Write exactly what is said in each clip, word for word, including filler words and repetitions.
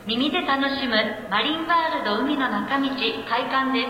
耳で楽しむマリンワールド海の中道開館です。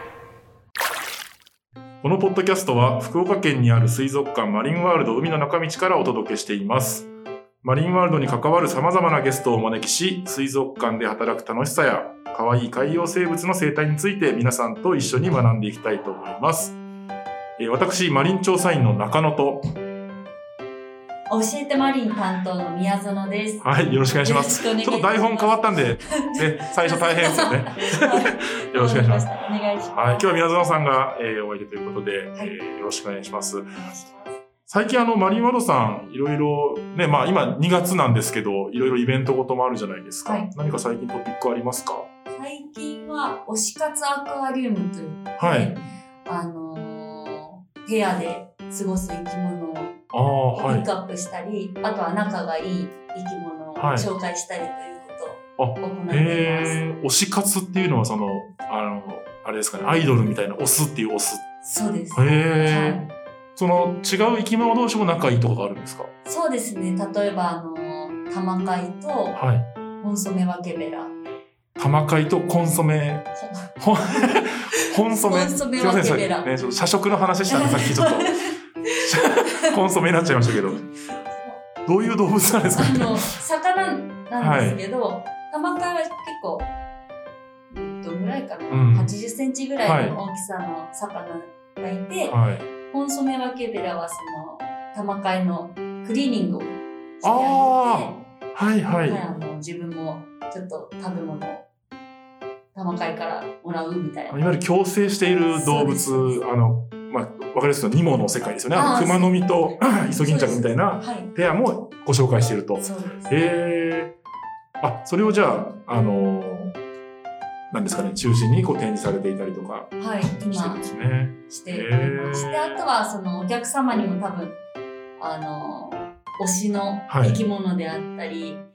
このポッドキャストは福岡県にある水族館マリンワールド海の中道からお届けしています。マリンワールドに関わる様々なゲストをお招きし、水族館で働く楽しさや可愛い海洋生物の生態について皆さんと一緒に学んでいきたいと思います。えー、私マリン調査員の中野と教えてマリン担当の宮園です。 はい、よろしくお願いします。ちょっと台本変わったんで、ね、最初大変ですよね。はい、よろしくお願いします。 お願いします。 はい、今日は宮園さんが、えー、お相手ということで、はい、えー、よろしくお願いします。最近あのマリンワールドさんいろいろね、まあ今にがつなんですけど、いろいろイベントごともあるじゃないですか。はい、何か最近トピックありますか？ 最近は推し活アクアリウムという、 はい、 あのー、ペアで過ごす生き物をあ、はい、 ピックアップしたり、あとは仲がいい生き物を紹介したりということを行っています。 へー、推し活っていうのはその、あの、あれですかね、アイドルみたいな推すっていう推す。 そうです。 へー、はい、その違う生き物同士も仲いいとかがあるんですか？ そうですね。例えば、あの、タマカイと、ホンソメワケベラ。 タマカイとコンソメ、ホンソメ、 ホンソメワケベラ。 ね、社食の話したらさっきちょっと。コンソメになっちゃいましたけど、どういう動物なんですか？ あの魚なんですけど、はい、タマカイは結構どのぐらいかな、うん、はちじゅっセンチぐらいの大きさの魚がいて、はい、コンソメワケベラはそのタマカイのクリーニングをしてあげて、 はいはい、 はい、あの自分もちょっと食べ物をタマカイからもらうみたいな。 いわゆる共生している動物、あのまあ、わかりやすいとニモの世界ですよね。クマノミとイソギンチャクみたいなペアもご紹介していると。 そうです。 えー、あ、それをじゃあ、あのー、なんですかね、中心にこう展示されていたりとかしてるんですね。 していまして、あとはそのお客様にも多分、あのー、推しの生き物であったり、はい、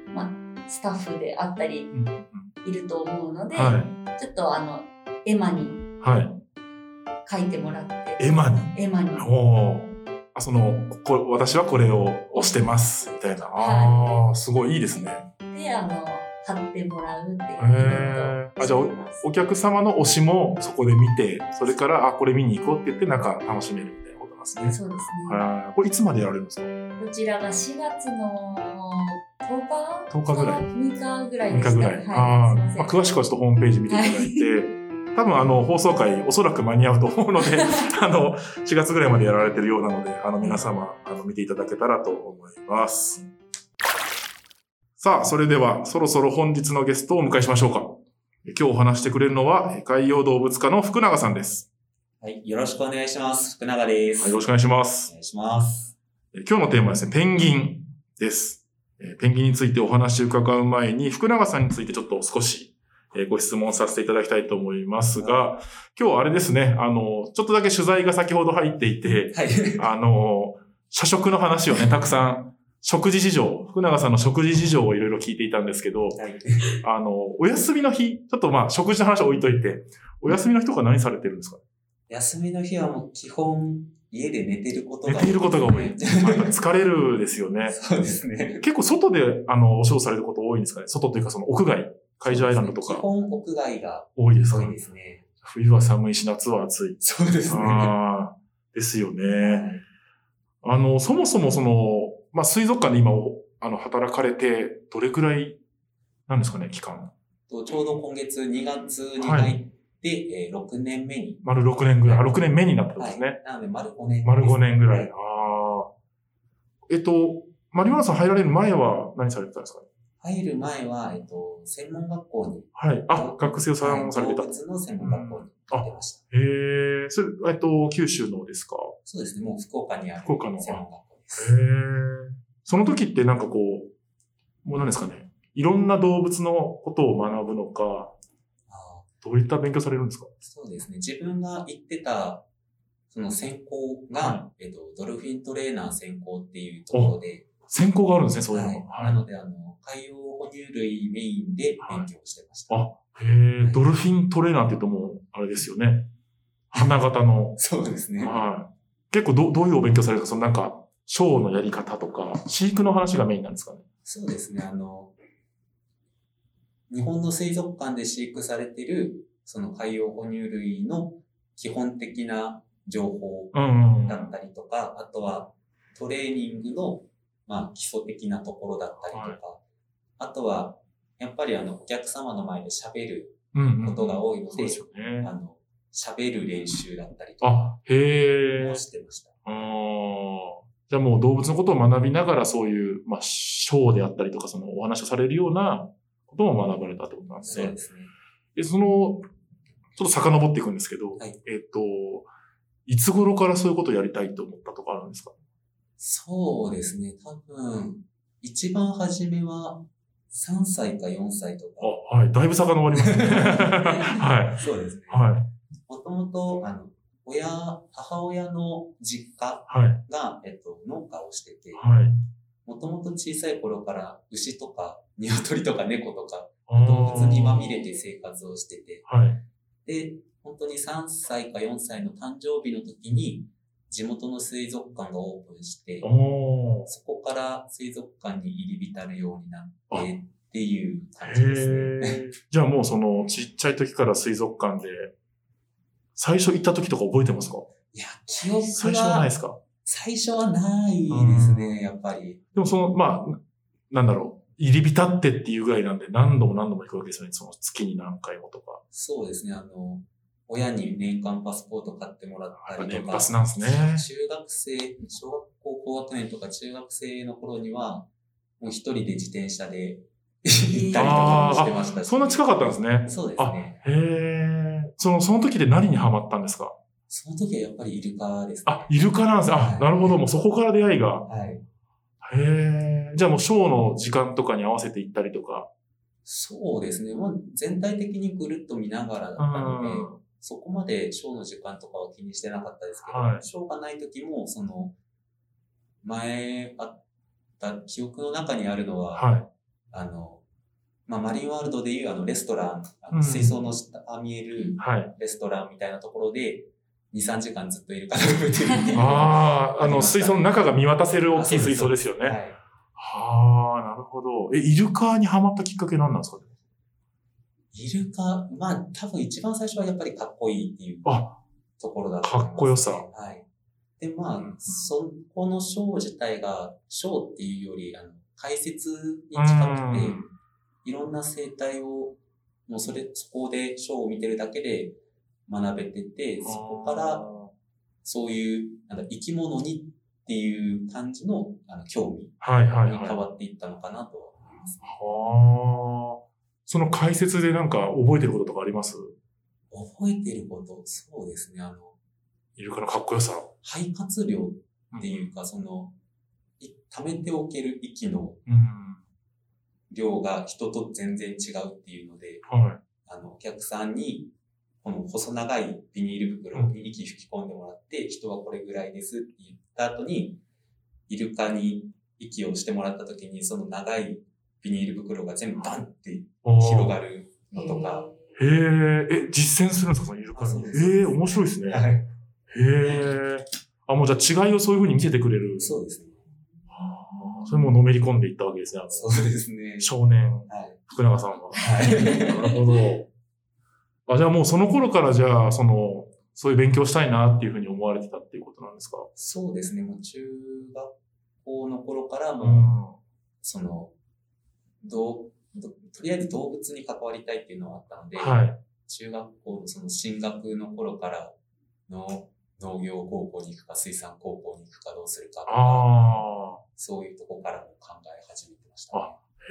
まあ、スタッフであったりいると思うので、はい、ちょっとあの、エマに、はい、書いてもらって。 エマにエマに。 おあ、その、こ、私はこれを推してます。みたいな。ああ、はい、すごいいいですね。 で、あの、貼ってもらうっていう。 へあ、じゃあお、お客様の推しもそこで見て、それから、あ、これ見に行こうって言って、なんか楽しめるみたいなことなんですね。 そうですね。 はい。これいつまでやられるんですか？ こちらがしがつのとおか？ とおかぐらい。 むいかぐらいでした。 むいかぐらい。はい、あ、まあ、詳しくはちょっとホームページ見ていただいて、はい多分あの放送回おそらく間に合うと思うのであのしがつぐらいまでやられてるようなのであの皆様あの見ていただけたらと思います。さあそれではそろそろ本日のゲストをお迎えしましょうか。今日お話してくれるのは海洋動物科の福永さんです。 はい、よろしくお願いします。福永です。 はい、よろしくお願いします。 お願いします。 今日のテーマはですね、ペンギンです。ペンギンについてお話を伺う前に福永さんについてちょっと少しご質問させていただきたいと思いますが、今日はあれですね、あの、ちょっとだけ取材が先ほど入っていて、はい、あの、社食の話をね、たくさん、食事事情、福永さんの食事事情をいろいろ聞いていたんですけど、はい、あの、お休みの日、ちょっとまあ、食事の話は置いといて、お休みの日とか何されてるんですか？ 休みの日はもう基本、家で寝てることが多い。 寝ていることが多い。疲れるですよね。 そうですね。 結構外で、あの、お仕事されること多いんですかね？外というかその屋外。海上アイランドとか。 基本屋外が多いですか？ 多いですね。 冬は寒いし、夏は暑い。 そうですね。 あですよね、はい。あの、そもそもその、まあ、水族館で今、あの、働かれて、どれくらいなんですかね、期間。 ちょうど今月にがつに入って、はい、えー、ろくねんめに。 丸ろくねんぐらい。あ、ろくねんめになったんですね。はい、 なので、丸ごねん。 丸ごねんぐらい。ああ。えっと、マリワナさん入られる前は何されてたんですかね？ 入る前は、えっと、専門学校に。 はい。あ、学生さんもされてた。 動物の専門学校に行ってました。 うん、へえ。それ、えっと、九州のですか？ そうですね。もう福岡にある福岡の専門学校です。 へえ。その時ってなんかこう、もう何ですかね。いろんな動物のことを学ぶのか、あどういった勉強されるんですか？ そうですね。自分が行ってた、その専攻が、はい、えっと、ドルフィントレーナー専攻っていうところで、 専攻があるんですね、そういうのが。 はい。なので、あの、海洋哺乳類メインで勉強してました。 はい、あ、へえ、はい、ドルフィントレーナーって言うともう、あれですよね。花形の。 そうですね。 はい。結構ど、どういうお勉強されるか、そのなんか、ショーのやり方とか、飼育の話がメインなんですかね。 そうですね。あの、 日本の水族館で飼育されている、その海洋哺乳類の基本的な情報だったりとか、うん、あとはトレーニングの、まあ、基礎的なところだったりとか、はい、あとは、やっぱりあの、お客様の前で喋ることが多いので、うんうん、あの、喋る練習だったりとか、 あ、へー。 してました。 あじゃあもう動物のことを学びながらそういう、まあ、ショーであったりとか、そのお話をされるようなことも学ばれたってことなんですね。 そうですね。 で、その、ちょっと遡っていくんですけど、はい、えっと、いつ頃からそういうことをやりたいと思ったとかあるんですか？ そうですね。多分、一番初めはさんさいかよんさいとか。 あ、はい。だいぶ遡りますね。はい。 そうですね。 はい。 もともと、あの、親、母親の実家が、はい、えっと、農家をしてて、はい。もともと小さい頃から牛とか鶏とか猫とか動物にまみれて生活をしてて、はい。で、本当にさんさいかよんさいの誕生日の時に地元の水族館がオープンして、そこから水族館に入り浸るようになってっていう感じですね。 じゃあもうそのちっちゃい時から水族館で最初行った時とか覚えてますか？ いや、記憶が。 最初はないですか？ 最初はないですね、やっぱり。 でもその、まあ、なんだろう。入り浸ってっていうぐらいなんで何度も何度も行くわけですよね。その月に何回もとか。 そうですね。あの、親に年間パスポート買ってもらったりとか。 年パスなんですね。 中学生、小学校高学年とか中学生の頃には、もう一人で自転車で行ったりとかもしてましたし。 そんな近かったんですね。 そうですね。 あ、へー。その、その時で何にハマったんですか？ その時はやっぱりイルカですね。 あ、イルカなんです。あ、はい、なるほど。もうそこから出会いが。 はい。 へー。じゃあもうショーの時間とかに合わせて行ったりとか。 そうですね。まあ、全体的にぐるっと見ながらだったので、そこまでショーの時間とかは気にしてなかったですけど、はい、ショーがない時も、その、前あった記憶の中にあるのは、はい、あの、まあ、マリンワールドでいうあのレストラン、あの水槽の下見えるレストランみたいなところで、に、さんじかんずっといるかなっていう。 ああ、あの水槽の中が見渡せる大きい水槽ですよね。はい。はあ、なるほど。え、イルカにハマったきっかけ何なんですか？ イルカ、まあ多分一番最初はやっぱりかっこいいっていうところだったと思います、ね。 かっこよさ。 はい。で、まあ、うん、そこのショー自体が、ショーっていうより、あの、解説に近くて、いろんな生態を、もうそれ、そこでショーを見てるだけで学べてて、そこから、そういう、なんだ、生き物にっていう感じの、あの、興味に変わっていったのかなと思いますね。 はあ。その解説でなんか覚えてることとかあります？ 覚えてること、そうですね、あの、 イルカのかっこよさ。 肺活量っていうか、うん、その、溜めておける息の量が人と全然違うっていうので、はい、あの、お客さんに、この細長いビニール袋に息吹き込んでもらって、うん、人はこれぐらいですって言った後に、イルカに息をしてもらった時に、その長いビニール袋が全部バンって広がるのとか。 へえ、え、実践するんですか、そのイルカに。ええ、面白いですね。はい。へえ。あ、もうじゃあ違いをそういう風に見せてくれる。 そうですね。 それものめり込んでいったわけですね。 そうですね。 少年、はい、福永さんは。はい。なるほど。あ、じゃあもうその頃からじゃあ、その、そういう勉強したいなっていう風に思われてたっていうことなんですか？ そうですね。もう中学校の頃からもう、うん、その、どう、とりあえず動物に関わりたいっていうのはあったので、はい、中学校のその進学の頃からの農業高校に行くか水産高校に行くかどうするかとか、あそういうとこからも考え始めてましたね。あ、へ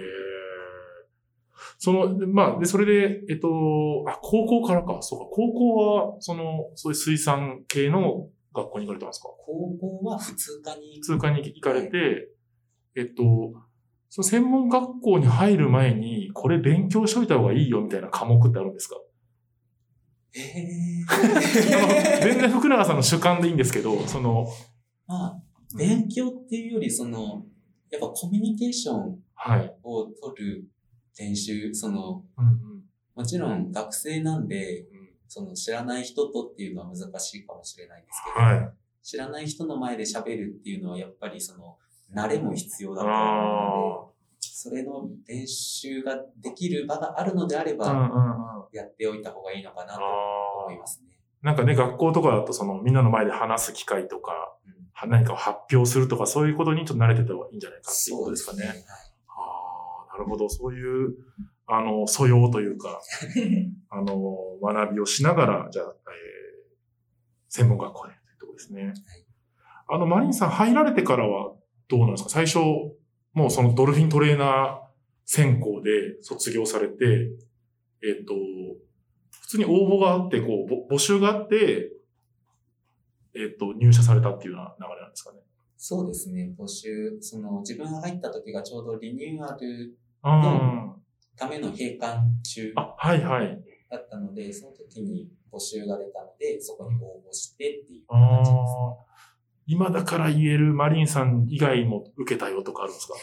ー。その、まあ、で、それで、えっと、あ、高校からか。そうか。高校は、その、そういう水産系の学校に行かれたんですか？ 高校は普通科に。 普通科に行かれて、はい、えっと、その専門学校に入る前に、これ勉強しといた方がいいよみたいな科目ってあるんですか？ えー、 全然福永さんの主観でいいんですけど、その、 まあ、勉強っていうより、その、やっぱコミュニケーションを取る練習、はい、その、うんうん、もちろん学生なんで、うん、その知らない人とっていうのは難しいかもしれないんですけど、はい、知らない人の前で喋るっていうのはやっぱりその、慣れも必要だと思うので、 それの練習ができる場があるのであれば、 うんうんうん、 やっておいた方がいいのかなと思いますね。 なんかね、学校とかだとそのみんなの前で話す機会とか、うん、何かを発表するとかそういうことにちょっと慣れてた方がいいんじゃないかっていうことですかね。そうですね。はい、ああ、なるほど。そういう、あの、素養というか、あの、学びをしながら、じゃあ、えー、専門学校でというところですね。はい、あの、マリンさん入られてからはどうなんですか？最初、もうそのドルフィントレーナー専攻で卒業されて、えっと、普通に応募があって、こう、募集があって、えっと、入社されたっていうような流れなんですかね。 そうですね。募集、その、自分が入った時がちょうどリニューアルのための閉館中だったので、その時に募集が出たので、そこに応募してっていう感じですね。 今だから言えるマリンさん以外も受けたよとかあるんですか？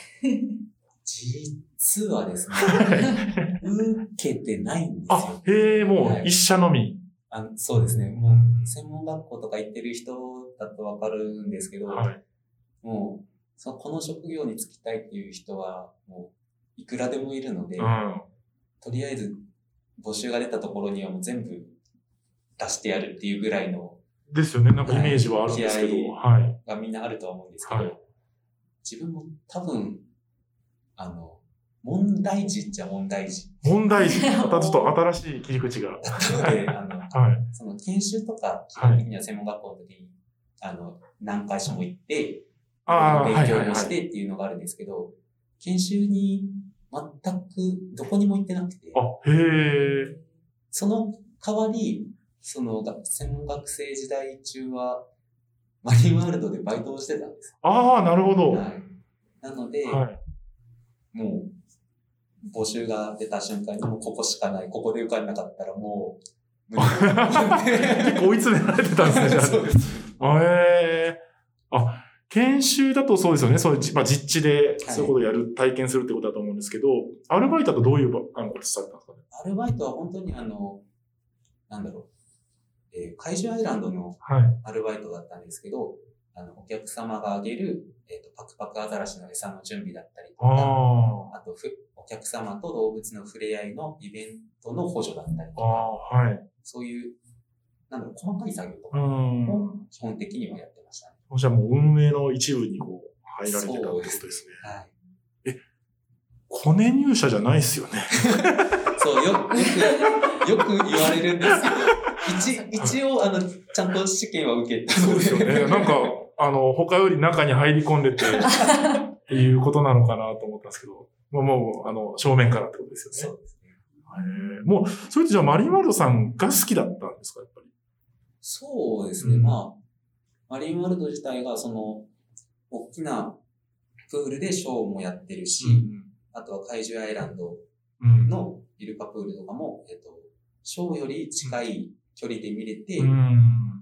実はですね、受けてないんですよ。 あ、へえ、もう一社のみ、はい、 あの。そうですね。もう専門学校とか行ってる人だとわかるんですけど、はい、もうそのこの職業に就きたいっていう人はもういくらでもいるので、うん、とりあえず募集が出たところにはもう全部出してやるっていうぐらいのですよね。なんかイメージはあるんですけど、はい。 がみんなあるとは思うんですけど、はい、自分も多分あの、問題児っちゃ問題児。 問題児またちょっと新しい切り口が。 なので、あの、はい、その研修とか、基本的には専門学校の時に、はい、あの、何回所も行って、あ勉強もしてっていうのがあるんですけど、はいはいはい、研修に全くどこにも行ってなくて、 あ、へー。 その代わり、その、専門学生時代中は、マリンワールドでバイトをしてたんです。 ああ、なるほど。 はい、なので、はい、もう、募集が出た瞬間にもうここしかない。ここで受かんなかったらもう、無理。 結構追い詰められてたんですね、じゃあ。そうです。えー。あ、研修だとそうですよね。そういう、まあ、実地でそういうことをやる、はい、体験するってことだと思うんですけど、アルバイトだとどういうあのことされたんですかね？ アルバイトは本当にあの、なんだろう、えー、怪獣アイランドのアルバイトだったんですけど、はい、あの、お客様があげる、えっと、パクパクアザラシの餌の準備だったりとか、あ, あとふ、お客様と動物の触れ合いのイベントの補助だったりとか、はい、そういう、なんだろう、細かい作業とかを基本的にはやってましたね。 じゃあもう運営の一部にこう入られてたってことですね。はい。え、コネ入社じゃないですよね。 そう、よ、よく、よく言われるんですけど、一、一応、あの、ちゃんと試験は受けた。 そうですよね。なんか、あの、他より中に入り込んでて、っていうことなのかなと思ったんですけど、もう、もう、あの、正面からってことですよね。そうですね。へー、もう、それってじゃあマリンワールドさんが好きだったんですか、やっぱり。 そうですね。うん、まあ、マリンワールド自体が、その、大きなプールでショーもやってるし、うん、あとは怪獣アイランドのイルカプールとかも、えっと、ショーより近い距離で見れて、うん、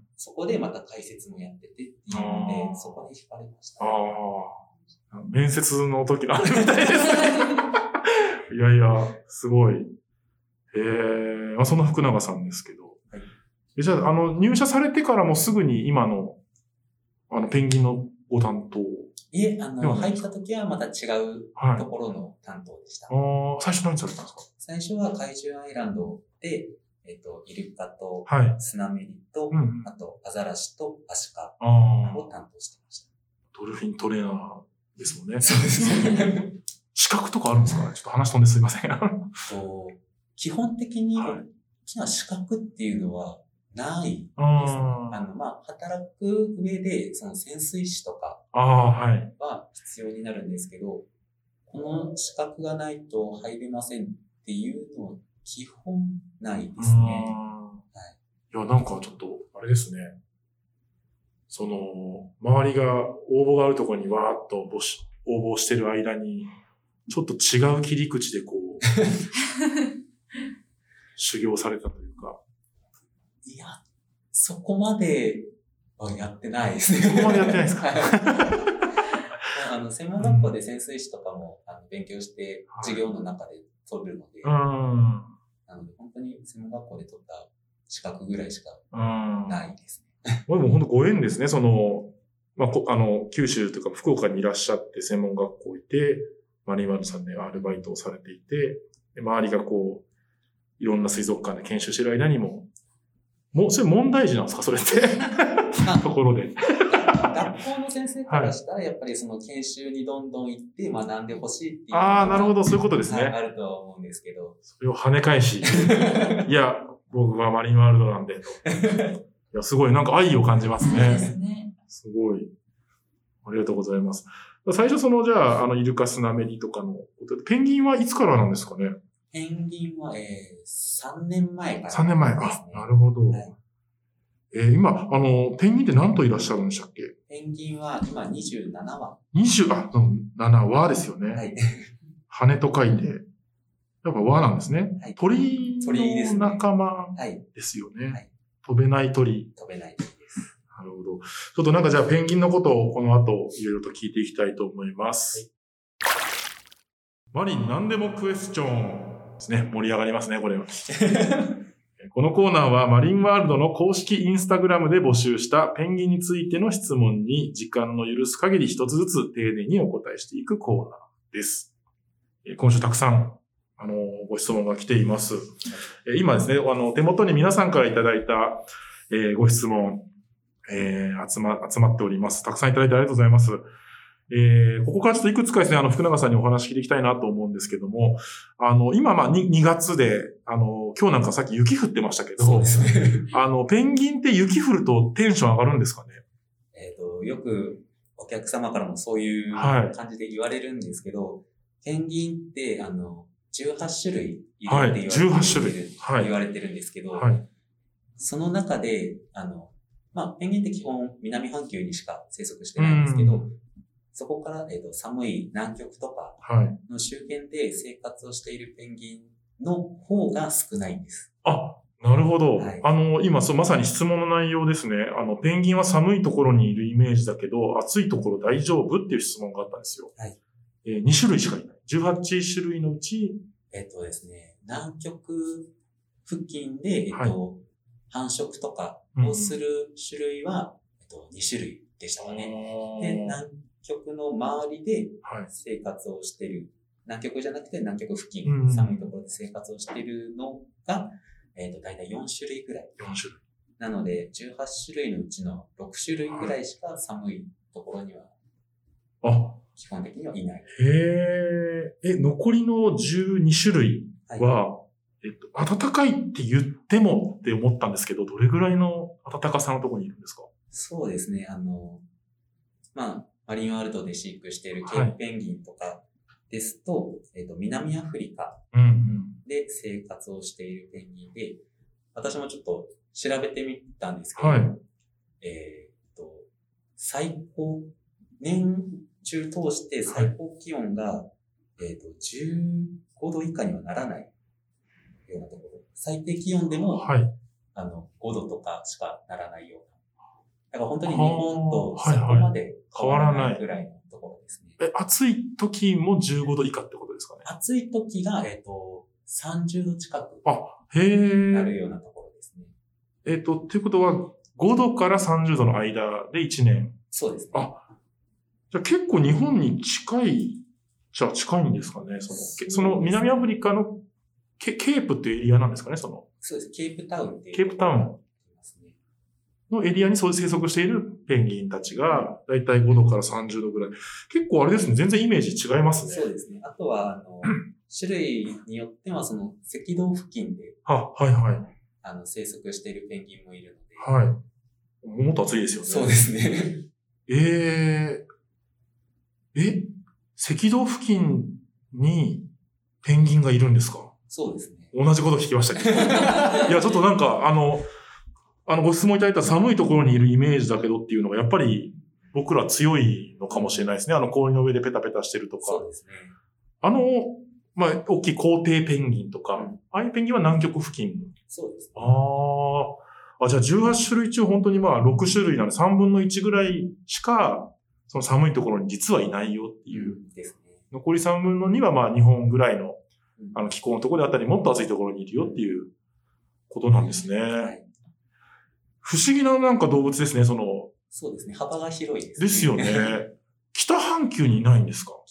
そこでまた解説もやっててっていうので、そこに惹かれました、ね。 ああ。面接の時のあれみたいですね。いやいや、すごい。へえ、まあ、そんな福永さんですけど。はい、じゃあ、あの、入社されてからもすぐに今の、あの、ペンギンのご担当？ いえ、あの、入った時はまた違うところの担当でした。 はい、ああ、最初何されたんですか？ 最初は怪獣アイランドで、えっと、イルカと、スナメリと、はい、あと、アザラシとアシカを担当してました。 ドルフィントレーナーですもんね。 そうですね。 資格とかあるんですか？ちょっと話飛んですいません。 基本的に大きな資格っていうのはないですね。あ, あの、まあ、働く上で、その潜水士とかは必要になるんですけど、この資格がないと入れませんっていうのは基本ないですね。はい、 いや、なんかちょっと、あれですね。その、周りが応募があるところにわーっと募集応募してる間に、ちょっと違う切り口でこう、修行されたというか。 いや、そこまではやってないですね。 そこまでやってないですか？ あの、専門学校で潜水士とかも、うん、あの勉強して、授業の中で取るので、はい、なので本当に専門学校で取った資格ぐらいしかないですね。 でも本当ご縁ですね。その、まあ、あの、九州というか福岡にいらっしゃって専門学校いて、 マリンワールドさんでアルバイトをされていて、で周りがこう、いろんな水族館で研修している間にも、もう、それ問題児なんですかそれって。ところで。 学校の先生からしたら、やっぱりその研修にどんどん行って学んでほしいっていう。 ああ、なるほど、そういうことですね。 はい、あるとは思うんですけど。 それを跳ね返し。いや、僕はマリンワールドなんで、と。いや、すごい、なんか愛を感じますね。そうですね。すごい。ありがとうございます。最初その、じゃあ、あの、イルカスナメリとかの、ペンギンはいつからなんですかね？ ペンギンは、えー、さんねんまえから、ね。 さんねんまえ。あ、なるほど。はい、えー、今、あの、ペンギンって何頭いらっしゃるんでしたっけ？ ペンギンは今にじゅうななわ。 にじゅう、あ、ななわですよね。はい。羽と書いて、やっぱ輪なんですね。はい、鳥の仲間ですよね。はいはい、飛べない鳥。 飛べない鳥です。 なるほど。ちょっとなんかじゃあペンギンのことをこの後いろいろと聞いていきたいと思います。はい、マリン何でもクエスチョン。ですね。盛り上がりますね、これは。このコーナーはマリンワールドの公式インスタグラムで募集したペンギンについての質問に時間の許す限り一つずつ丁寧にお答えしていくコーナーです。今週たくさん、あの、ご質問が来ています。今ですね、あの、手元に皆さんからいただいた、えー、ご質問、えー、集ま、集まっております。たくさんいただいてありがとうございます。えー、ここからちょっといくつかですね、あの、福永さんにお話聞いていきたいなと思うんですけども、あの、今、まあ、にがつで、あの、今日なんかさっき雪降ってましたけど、 そうですね。 あの、ペンギンって雪降るとテンション上がるんですかね？ えっと、よくお客様からもそういう感じで言われるんですけど、はい、ペンギンって、あの、じゅうはちしゅるいいるって言われてる、はい、じゅうはちしゅるい、はい、言われてるんですけど、はい、その中で、あの、まあ、ペンギンって基本南半球にしか生息してないんですけど、そこから、えっと、寒い南極とかの周辺で生活をしているペンギンの方が少ないんです。 あ、なるほど。はい、あの、今、そう、まさに質問の内容ですね。あの、ペンギンは寒いところにいるイメージだけど、暑いところ大丈夫っていう質問があったんですよ。はい。えー、にしゅるいしかいない。じゅうはちしゅるいのうち、 えっとですね、南極付近で、えっと、はい、繁殖とかをする種類は、うん、えっと、にしゅるいでしたかね。で、南極の周りで生活をしている、はい、南極じゃなくて南極付近、うん、寒いところで生活をしているのが、えっと、だいたいよんしゅるいぐらい。 よんしゅるい。 なので、じゅうはちしゅるいのうちのろくしゅるいぐらいしか寒いところには、 あ、 基本的にはいない。 へえ。え、残りのじゅうにしゅるいは、はい、えっと、暖かいって言ってもって思ったんですけど、どれぐらいの暖かさのところにいるんですか？ そうですね。あの、まあ、マリンワールドで飼育しているケープペンギンとかですと、はい、えっと、南アフリカで生活をしているペンギンで、私もちょっと調べてみたんですけど、はい、えっと、最高、年中通して最高気温が、はい、えっと、じゅうごど以下にはならないようなところ。最低気温でも、はい、あの、ごどとかしかならないような。だから本当に日本とそこまで変わらないぐらいのところですね。 はいはい、え、暑い時もじゅうごど以下ってことですかね？ 暑い時が、えっと、さんじゅうど近く。 あ、へー。 なるようなところですね。 えっと、っていうことは、ごどからさんじゅうどの間でいちねん。 そうですね。 あ、じゃあ結構日本に近い、じゃあ近いんですかね？その、そ, その南アフリカのケ, ケープっていうエリアなんですかね？その。 そうです。ケープタウンっていう。 ケープタウンのエリアにそう生息しているペンギンたちが、だいたいごどからさんじゅうどぐらい。結構あれですね。全然イメージ違いますね。 そうですね。あとは、あの、種類によっては、その、赤道付近で、 あ、はいはい。 あの、生息しているペンギンもいるので。 はい。もっと暑いですよね。 そうですね。 えー、え、赤道付近にペンギンがいるんですか？ そうですね。 同じこと聞きましたけど。いや、ちょっとなんか、あの、あの、ご質問いただいた寒いところにいるイメージだけどっていうのが、やっぱり僕ら強いのかもしれないですね。あの、氷の上でペタペタしてるとか。 そうですね。 あの、まあ、大きい皇帝ペンギンとか、うん、ああいうペンギンは南極付近。 そうですね。 ああ。あ、じゃあじゅうはちしゅるい中本当にまあろくしゅるいなのでさんぶんのいちぐらいしか、その寒いところに実はいないよっていう。うん、ですね。残りさんぶんのにはまあ日本ぐらいの、あの気候のところであったり、もっと暑いところにいるよっていうことなんですね。はい、不思議ななんか動物ですね、その。 そうですね。幅が広いですね。ですよね。北半球にいないんですか？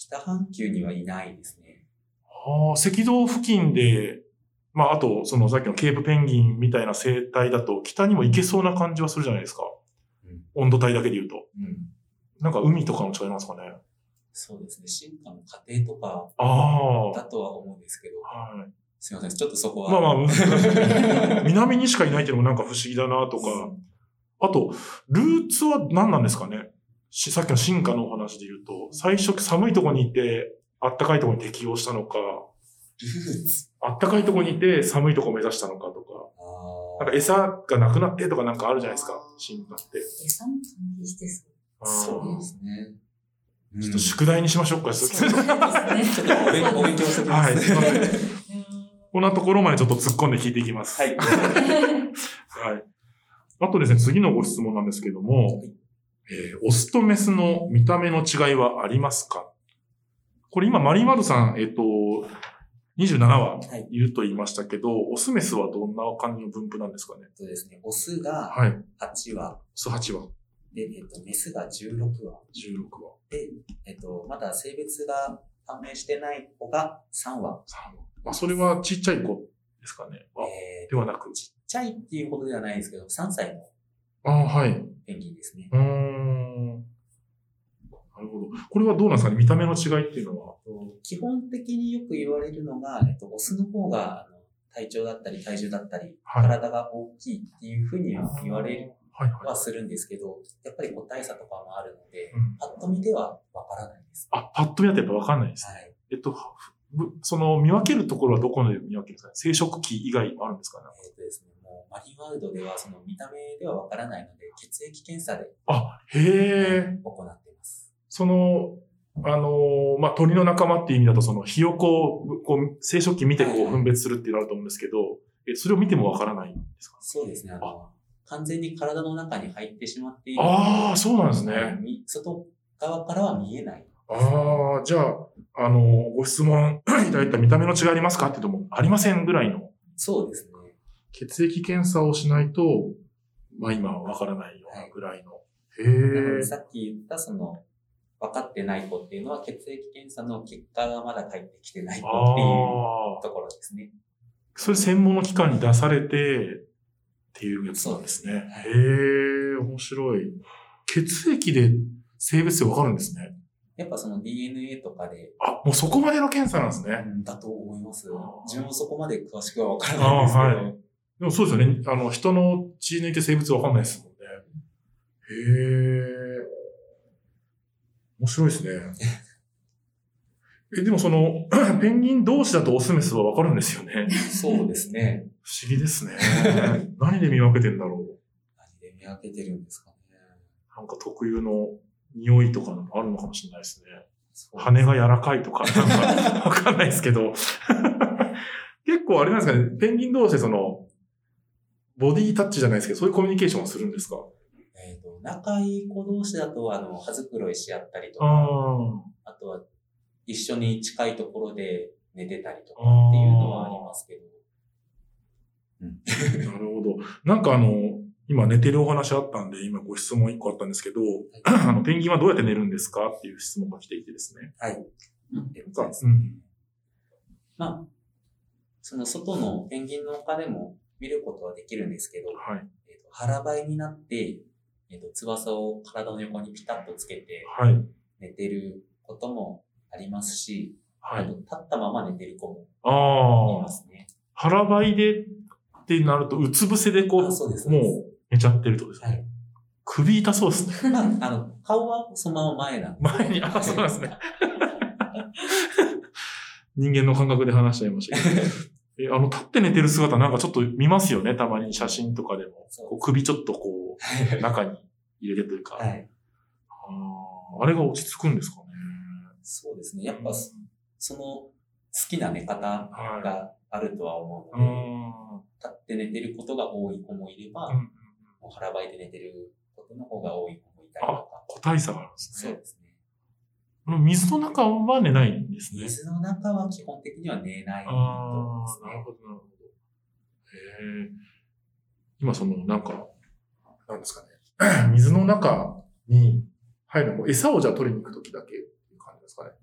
北半球にはいないですね。 はあ、赤道付近で、まあ、あと、そのさっきのケープペンギンみたいな生態だと、北にも行けそうな感じはするじゃないですか。うん、温度帯だけで言うと。うん、なんか海とかも違いますかね。 そうですね。進化の過程とか、だとは思うんですけど。はい。すいません。ちょっとそこは。 まあまあ、難しい。南にしかいないっていうのもなんか不思議だなとか。あと、ルーツは何なんですかね。さっきの進化のお話で言うと、最初寒いところにいて、あったかいところに適応したのか、 ルーツあったかいところにいて寒いところを目指したのかとか、なんか餌がなくなってとかなんかあるじゃないですか、進化って。 餌も関係してそう。 そうですね。 ちょっと宿題にしましょうか、そうですね。ちょっとお勉強しておきます。はい、すいません。 こんなところまでちょっと突っ込んで聞いていきます。はい。はい。あとですね、次のご質問なんですけども、はいえー、オスとメスの見た目の違いはありますか？これ今、マリンワールドさん、えっと、にじゅうななわいると言いましたけど、はい、オスメスはどんな感じの分布なんですかね？ そうですね。オスがはちわ。はい、オスはちわ。 で、えっと、メスがじゅうろくわ。 じゅうろくわ。 で、えっと、まだ性別が判明してない子がさんわ。 さんわ。まあ、それはちっちゃい子ですかね？えー、ではなく。 ちっちゃいっていうことではないですけど、さんさいの。 ああ、はい。 ペンギンですね。 うーん。なるほど。これはどうなんですかね？見た目の違いっていうのは。 基本的によく言われるのが、えっと、オスの方が、あの、体長だったり体重だったり、はい、体が大きいっていうふうには言われるはするんですけど、やっぱり個体差とかもあるので、うん、パッと見ではわからないです。 あ、パッと見だとやっぱわかんないですね。はい。えっと、その見分けるところはどこで見分けるんですかね？生殖器以外あるんですかね？ えっとですね、もうマリンワールドではその見た目ではわからないので、血液検査で、 あ、へえ。 行っています。 その、あのー、まあ、鳥の仲間っていう意味だと、その、ひよこを、こう、生殖器見てこう分別するっていうのあると思うんですけど、え、それを見てもわからないんですか？ そうですね。あの、完全に体の中に入ってしまっている。 ああ、そうなんですね。 外側からは見えない。 ああ、じゃあ、あのー、ご質問いただいた見た目の違いありますかって言うとも、ありませんぐらいの。 そうですね。 血液検査をしないと、まあ今はわからないようなぐらいの。はい、へえ。 なのでさっき言ったその、分かってない子っていうのは血液検査の結果がまだ返ってきてない子っていうところですね。 それ専門の機関に出されてっていうやつなんですね。へえ、面白い。血液で性別って分かるんですね。 やっぱその ディーエヌエー とかで。 あ、もうそこまでの検査なんですね。 うん、だと思います。自分もそこまで詳しくは分からないんですけど。あ、はい。 でもそうですよね。あの、人の血抜いて性別分かんないですもんね。へえ。面白いですね。え、でもその、ペンギン同士だとオスメスはわかるんですよね。 そうですね。 不思議ですね。何で見分けてんだろう。 何で見分けてるんですかね。 なんか特有の匂いとかあるのかもしれないですね。羽が柔らかいとか、なんかわかんないですけど。結構あれなんですかね、ペンギン同士でその、ボディタッチじゃないですけど、そういうコミュニケーションをするんですか？ えっと、仲いい子同士だと、あの、羽繕いし合ったりとか、あ, あとは、一緒に近いところで寝てたりとかっていうのはありますけど。 うん、なるほど。なんかあの、今寝てるお話あったんで、今ご質問一個あったんですけど、はい、あの、ペンギンはどうやって寝るんですかっていう質問が来ていてですね。 はい。えっとですね。うん、まあ、その外のペンギンの丘でも見ることはできるんですけど、はい、えっと、腹ばいになって、えっと、翼を体の横にピタッとつけて、寝てることもありますし、はい、あと立ったまま寝てる子もいますね。 腹ばいでってなると、うつ伏せでこう、そうですもう寝ちゃってるってことですね。はい、首痛そうですね。 まあ、あの、顔はそのまま前なんで。 前に、あ、そうなんですね。人間の感覚で話しちゃいましたけど。え、あの、立って寝てる姿なんかちょっと見ますよね、たまに写真とかでも。こう首ちょっとこう、中に入れてというか。はい、あ, あれが落ち着くんですかね。 そうですね。やっぱ、うん、その好きな寝方があるとは思うので、はい、立って寝てることが多い子もいれば、うん、もう腹ばいで寝てることの方が多い子もいたりとか。 あ、個体差があるんですね。 そうですね。 水の中は寝ないんですね。 水の中は基本的には寝ないと思いますね。 なるほど、なるほど。へえ。今その、なんか、なんですかね。水の中に入るの、餌をじゃあ取りに行くときだけっていう感じですかね。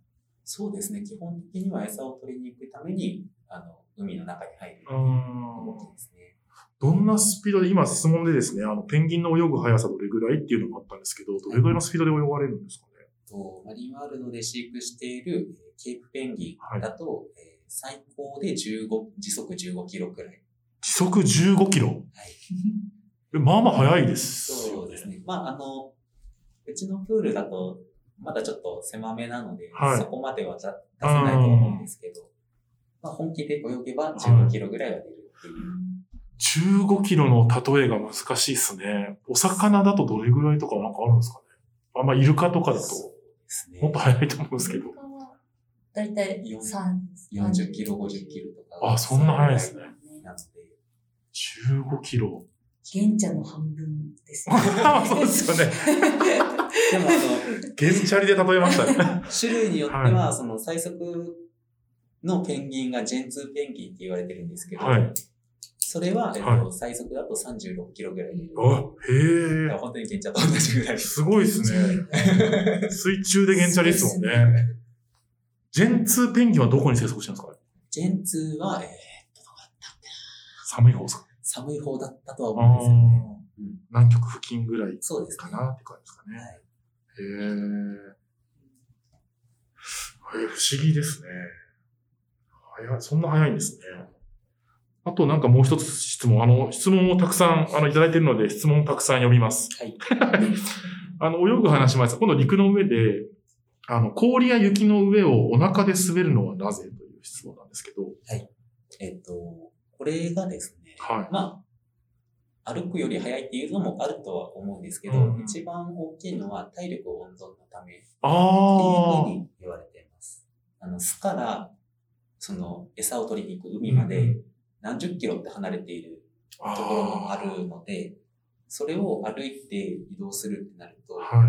そうですね。基本的には餌を取りに行くために、あの、海の中に入る動きですね。 どんなスピードで、今質問でですね、あの、ペンギンの泳ぐ速さどれぐらいっていうのもあったんですけど、どれぐらいのスピードで泳がれるんですかね。 とマリンワールドで飼育しているケープペンギンだと、はい、えー、最高でじゅうご、時速じゅうごキロくらい。 時速じゅうごキロ？はい。え、まあまあ速いですよね。 そうですね。まあ、あの、うちのプールだと、まだちょっと狭めなので、はい、そこまでは出せないと思うんですけど、まあ、本気で泳げばじゅうごキロぐらいは出るっていう。はい、 じゅうごキロの例えが難しいですね。お魚だとどれぐらいとかなんかあるんですかね。あ、まあ、イルカとかだと、もっと速いと思うんですけど。 だいたいよんじゅっキロ、ごじゅっキロとか。 あ、そんな速いですね。なので。じゅうごキロ。 原茶の半分ですね。 そうですよね。 でもあの、 原チャリで例えましたね。 種類によっては、はい、その最速のペンギンがジェンツーペンギンって言われてるんですけど、はい、それは、えっと、はい、最速だとさんじゅうろっキロぐらい出る。 あ、へえ。 本当に原チャと同じぐらい。 すごいですね。水中で原チャリですもんね。ジェンツーペンギンはどこに生息してるんですか？ ジェンツーは、えー、っと、どこだったっけな。 寒い方ですか？ 寒い方だったとは思うんですよね。 うん、南極付近ぐらいそうですかなって感じですかね。はい、へえ。不思議ですね。早い、そんな早いんですね。あとなんかもう一つ質問。あの、質問をたくさん、あの、いただいているので、質問をたくさん読みます。はい。あの、泳ぐ話もあります。今度陸の上で、あの、氷や雪の上をお腹で滑るのはなぜという質問なんですけど。 はい。えっと、これがですね、はい。まあ、歩くより速いっていうのもあるとは思うんですけど、うん、一番大きいのは体力温存のためっていうふうに言われています。あの、巣から、その、餌を取りに行く海まで何十キロって離れているところもあるので、それを歩いて移動するってなると、はい、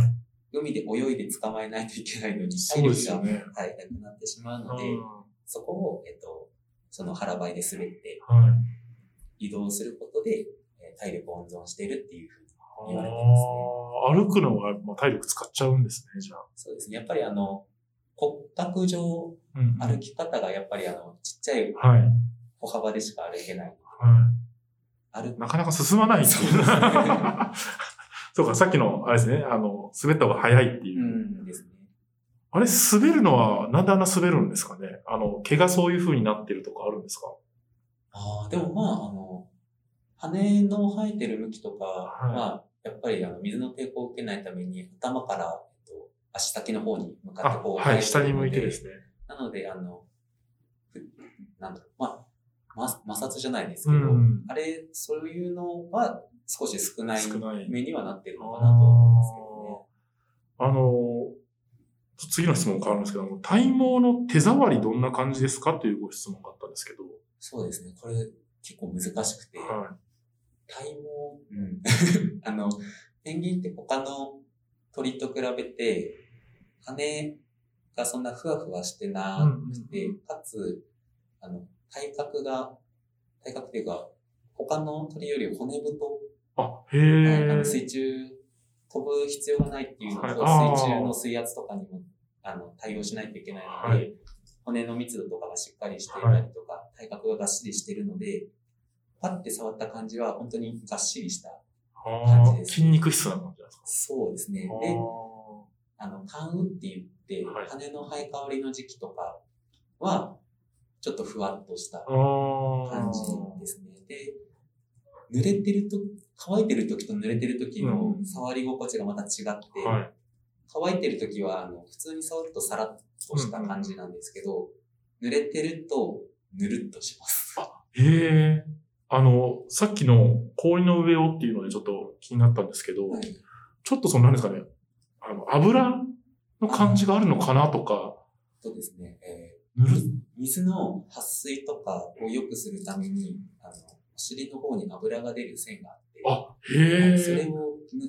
海で泳いで捕まえないといけないのに、体力が、ね、はい、なくなってしまうので、そこを、えっと、その腹ばいで滑って、移動することで、体力を温存しているっていうふうに言われてますね。 歩くのはもう体力使っちゃうんですね、じゃあ。 そうですね。やっぱりあの、骨格上、歩き方がやっぱりあの、ちっちゃい歩幅でしか歩けない。 はい、歩なかなか進まないっていう。そうか、さっきの、あれですね、あの、滑った方が早いっていう。 うんですね。 あれ、滑るのは、なんであんな滑るんですかね？あの、毛がそういう風になってるとかあるんですか？ ああ、でもまあ、あの、羽の生えてる向きとかは、はい、やっぱりあの水の抵抗を受けないために、頭から、えっと、足先の方に向かってこう、 はい、下に向いてですね。 なので、あの、なんだろう、まあ、摩擦じゃないですけど、うん、あれ、そういうのは少し少ない目にはなってるのかなと思いますけどね。 あの、次の質問変わるんですけど、体毛の手触りどんな感じですかというご質問があったんですけど。 そうですね。これ結構難しくて、はい、体毛、うん、あの、ペンギンって他の鳥と比べて、羽がそんなふわふわしてなくて、うん、かつ、あの、体格が、体格っていうか、他の鳥より骨太。 あ、へー。 あの水中、飛ぶ必要がないっていうのと、はい、水中の水圧とかにも、あの、対応しないといけないので、はい、骨の密度とかがしっかりしていたりとか、はい、体格ががっしりしているので、パッて触った感じは本当にがっしりした感じです、ね。 筋肉質な感じですか？ そうですね。で、あの、寒雨って言って、はい、羽の生え変わりの時期とかは、ちょっとふわっとした感じですね。で、濡れてると、乾いてる時と濡れてる時の触り心地がまた違って、うんはい、乾いてる時は、あの、普通に触るとサラッとした感じなんですけど、うん、濡れてると、ぬるっとします。 あ、へえ。あの、さっきの氷の上をっていうのでちょっと気になったんですけど、はい、ちょっとその何ですかね、あの、油の感じがあるのかなとか。 そうですね。えー、水の撥水とかを良くするために、あの、お尻の方に油が出る線があって、 あ、へえ。 それを塗って、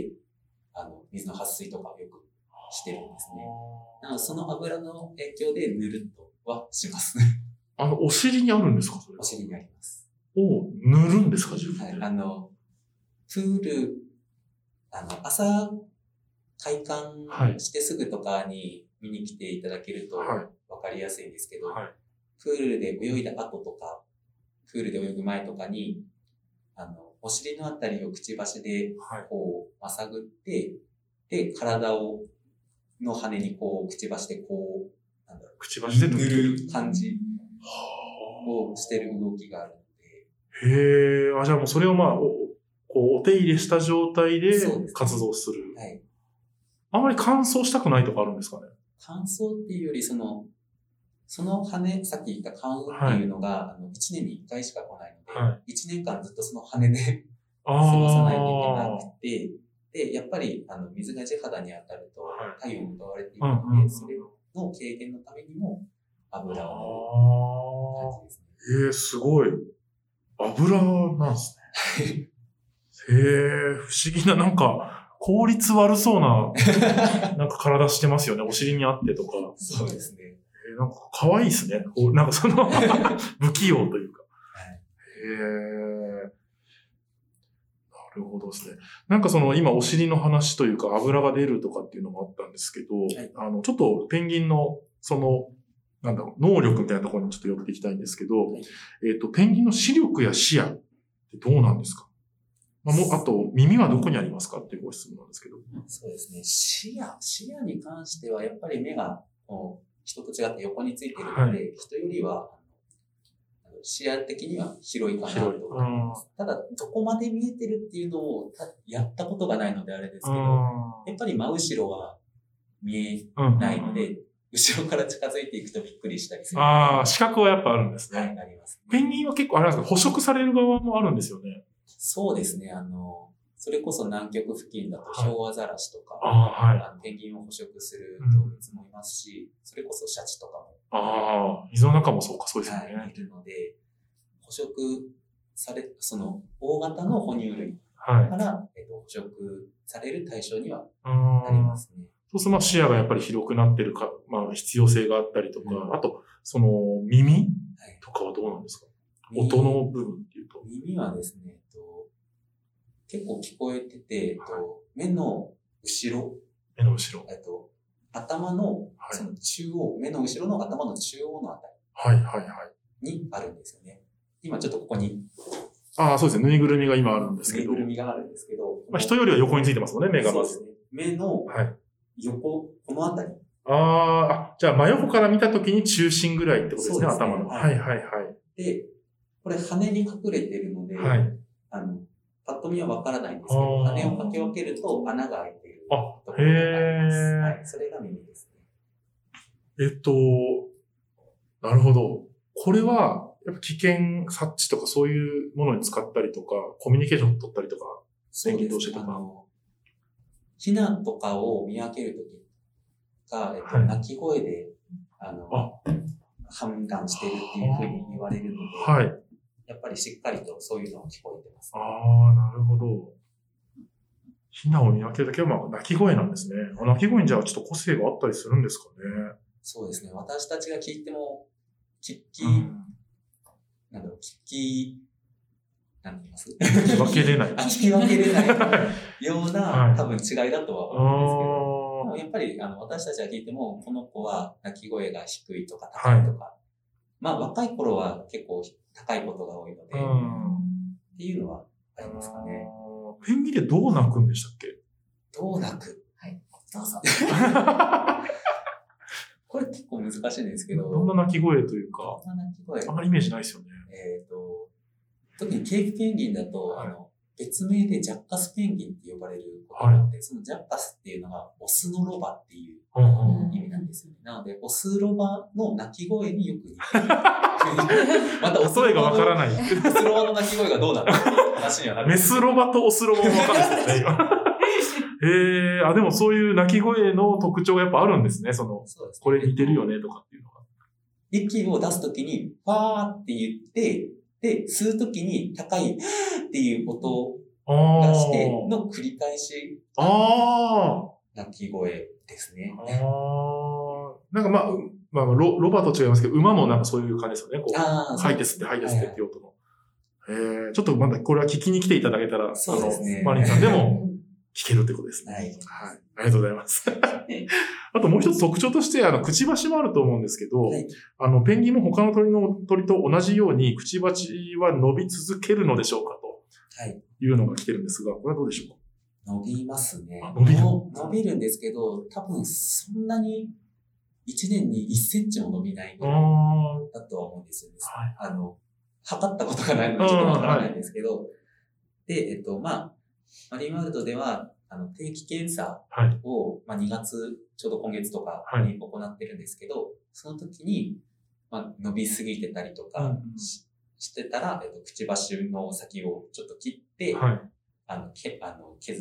あの、水の撥水とかをよくしてるんですね。なので、その油の影響でぬるっとはしますね。 あの、お尻にあるんですか？それお尻にあります。 を塗るんですか？自分で。 はい。あの、プール、あの、朝、開館してすぐとかに見に来ていただけるとはい分かりやすいんですけど、 はいプールで泳いだ後とか、プールで泳ぐ前とかに、あの、お尻のあたりをくちばしで、こう、まさぐって、で、体を、の羽にこう、くちばしでこう、なんだろう、 くちばしで塗る感じをしてる動きがあるので。へー、あ、じゃあもうそれをまあ、お、こう、お手入れした状態で活動する。 はい。 あんまり乾燥したくないとかあるんですかね？ 乾燥っていうより、その、その羽、さっき言った乾羽っていうのが、はい、あの、いちねんにいっかいしか来ないので、はい、いちねんかんずっとその羽で過ごさないといけなくて、で、やっぱり、あの、水が地肌に当たると体温が奪われているので、はい、それの軽減のためにも油を塗る感じですね。 へえ、すごい。油なんですね。へえ、不思議な、なんか、効率悪そうな、なんか体してますよね。お尻にあってとか。 そうですね。 なんか可愛いですね。こうなんかその不器用というか。はい、へえ。なるほどですね。なんかその今お尻の話というか油が出るとかっていうのもあったんですけど、はい、あのちょっとペンギンのそのなんだろう能力みたいなところにちょっと寄っていきたいんですけど、はい、えっとペンギンの視力や視野ってどうなんですか？まあ、もうあと耳はどこにありますかっていうご質問なんですけど。 そうですね。視野視野に関してはやっぱり目がこう人と違って横についているので、はい、人よりは視野的には広いかなと思います。ただ、どこまで見えてるっていうのをやったことがないのであれですけど、やっぱり真後ろは見えないので、後ろから近づいていくとびっくりしたりする。 ああ、視覚はやっぱあるんですね。 はい、あります、ね。 ペンギンは結構あれなんですか、捕食される側もあるんですよね。 そうですね。あの、それこそ南極付近だとヒョウアザラシとか、 はい、 ペンギンを捕食する動物もいますし、うん、それこそシャチとかも。 ああ、水の中もそうか、そうですね。 はい、いるので、捕食され、その大型の哺乳類から、はい、えっと、捕食される対象にはなりますね。 そうすると、まあ視野がやっぱり広くなってるか、まあ必要性があったりとか、うん、あと、その耳とかはどうなんですか？はい、音の部分っていうと。 耳はですね、結構聞こえてて、えっと、目の後ろ。 目の後ろ。 えっと、頭の、その中央、はい、目の後ろの頭の中央のあたり。 はいはいはい。 にあるんですよね。今ちょっとここに。 ああ、そうですね。ぬいぐるみが今あるんですけど。 ぬいぐるみがあるんですけど。 まあ人よりは横についてますもんね、目がまず。 そうですね。目の横、はい、このあたり。 ああ、じゃあ真横から見たときに中心ぐらいってことですね、すね頭の。はいはいはい。 で、これ羽に隠れてるので、 はい、 あの、パッと見はわからないんですけど、羽をかけ分けると穴が開いているところがあります。はい、それが耳ですね。えっと、なるほど。これは、やっぱ危険察知とかそういうものに使ったりとか、コミュニケーション取ったりとか、 ペンギン同士とか。ヒナとかを見分けるときが、えっと、はい、鳴き声で、あの、あ判断しているっていうふうに言われるので、 はい。 やっぱりしっかりとそういうのを聞こえてます、 ね。ああ、なるほど。ヒナを見分けるときは、まあ、鳴き声なんですね。鳴き声にじゃあちょっと個性があったりするんですかね。 そうですね。私たちが聞いても、聞き、うん、なんだろう、聞き、なんて言います聞き分けれない。 聞き分けれないような、はい、多分違いだとは思うんですけど、やっぱりあの私たちが聞いても、この子は鳴き声が低いとか高いとか、はい、まあ若い頃は結構高いことが多いので、っていうのはありますかね。 ペンギンでどう鳴くんでしたっけ？ どう鳴く。はい。どうぞ。これ結構難しいんですけど。 どんな鳴き声というか。 どんな鳴き声。 あんまりイメージないですよね。 えっと、特にケープペンギンだと、はい、あの、別名でジャッカスペンギンって呼ばれることがあって、はい、そのジャッカスっていうのがオスのロバっていう意味なんですよね。うんうん、なので、オスロバの鳴き声によく似てる。またオスロバの、 がわからない。 オスロバの鳴き声がどうなるかっていう話にはなる。 メスロバとオスロバもわかんないですよね。へえ、あ、でもそういう鳴き声の特徴がやっぱあるんですね。その、そうですね、これ似てるよねとかっていうのが。 息を出すときに、ファーって言って、で、吸うときに高いっていう音を出しての繰り返し。ああ。鳴き声ですね。 ああ。なんかまあ、まあロ、ロバと違いますけど、馬もなんかそういう感じですよね。こう、吐いて吸って吐いて吸ってっていう音の。はいはい、えー、ちょっとまだこれは聞きに来ていただけたら、 そうですね。 マリンさんでも聞けるってことですね。 はい。はい。 ありがとうございます。 あともう一つ特徴として、あの、くちばしもあると思うんですけど、 はい、 あの、ペンギンも他の鳥の鳥と同じように、くちばしは伸び続けるのでしょうかと。はい。いうのが来てるんですが、これはどうでしょうか？ 伸びますね。 伸びる伸びるんですけど、多分そんなにいちねんにいっセンチも伸びないぐらいだとは思うんですよね。はい、あの、測ったことがないのでちょっとわからないんですけど、はい、で、えっと、まあ、マリンワールドでは、あの、定期検査を、はい、まあ、にがつ、ちょうど今月とかに行ってるんですけど、はい、その時に、まあ、伸びすぎてたりとかし、うん、してたら、えっと、くちばしの先をちょっと切って、はい、あの、け、あの、削って、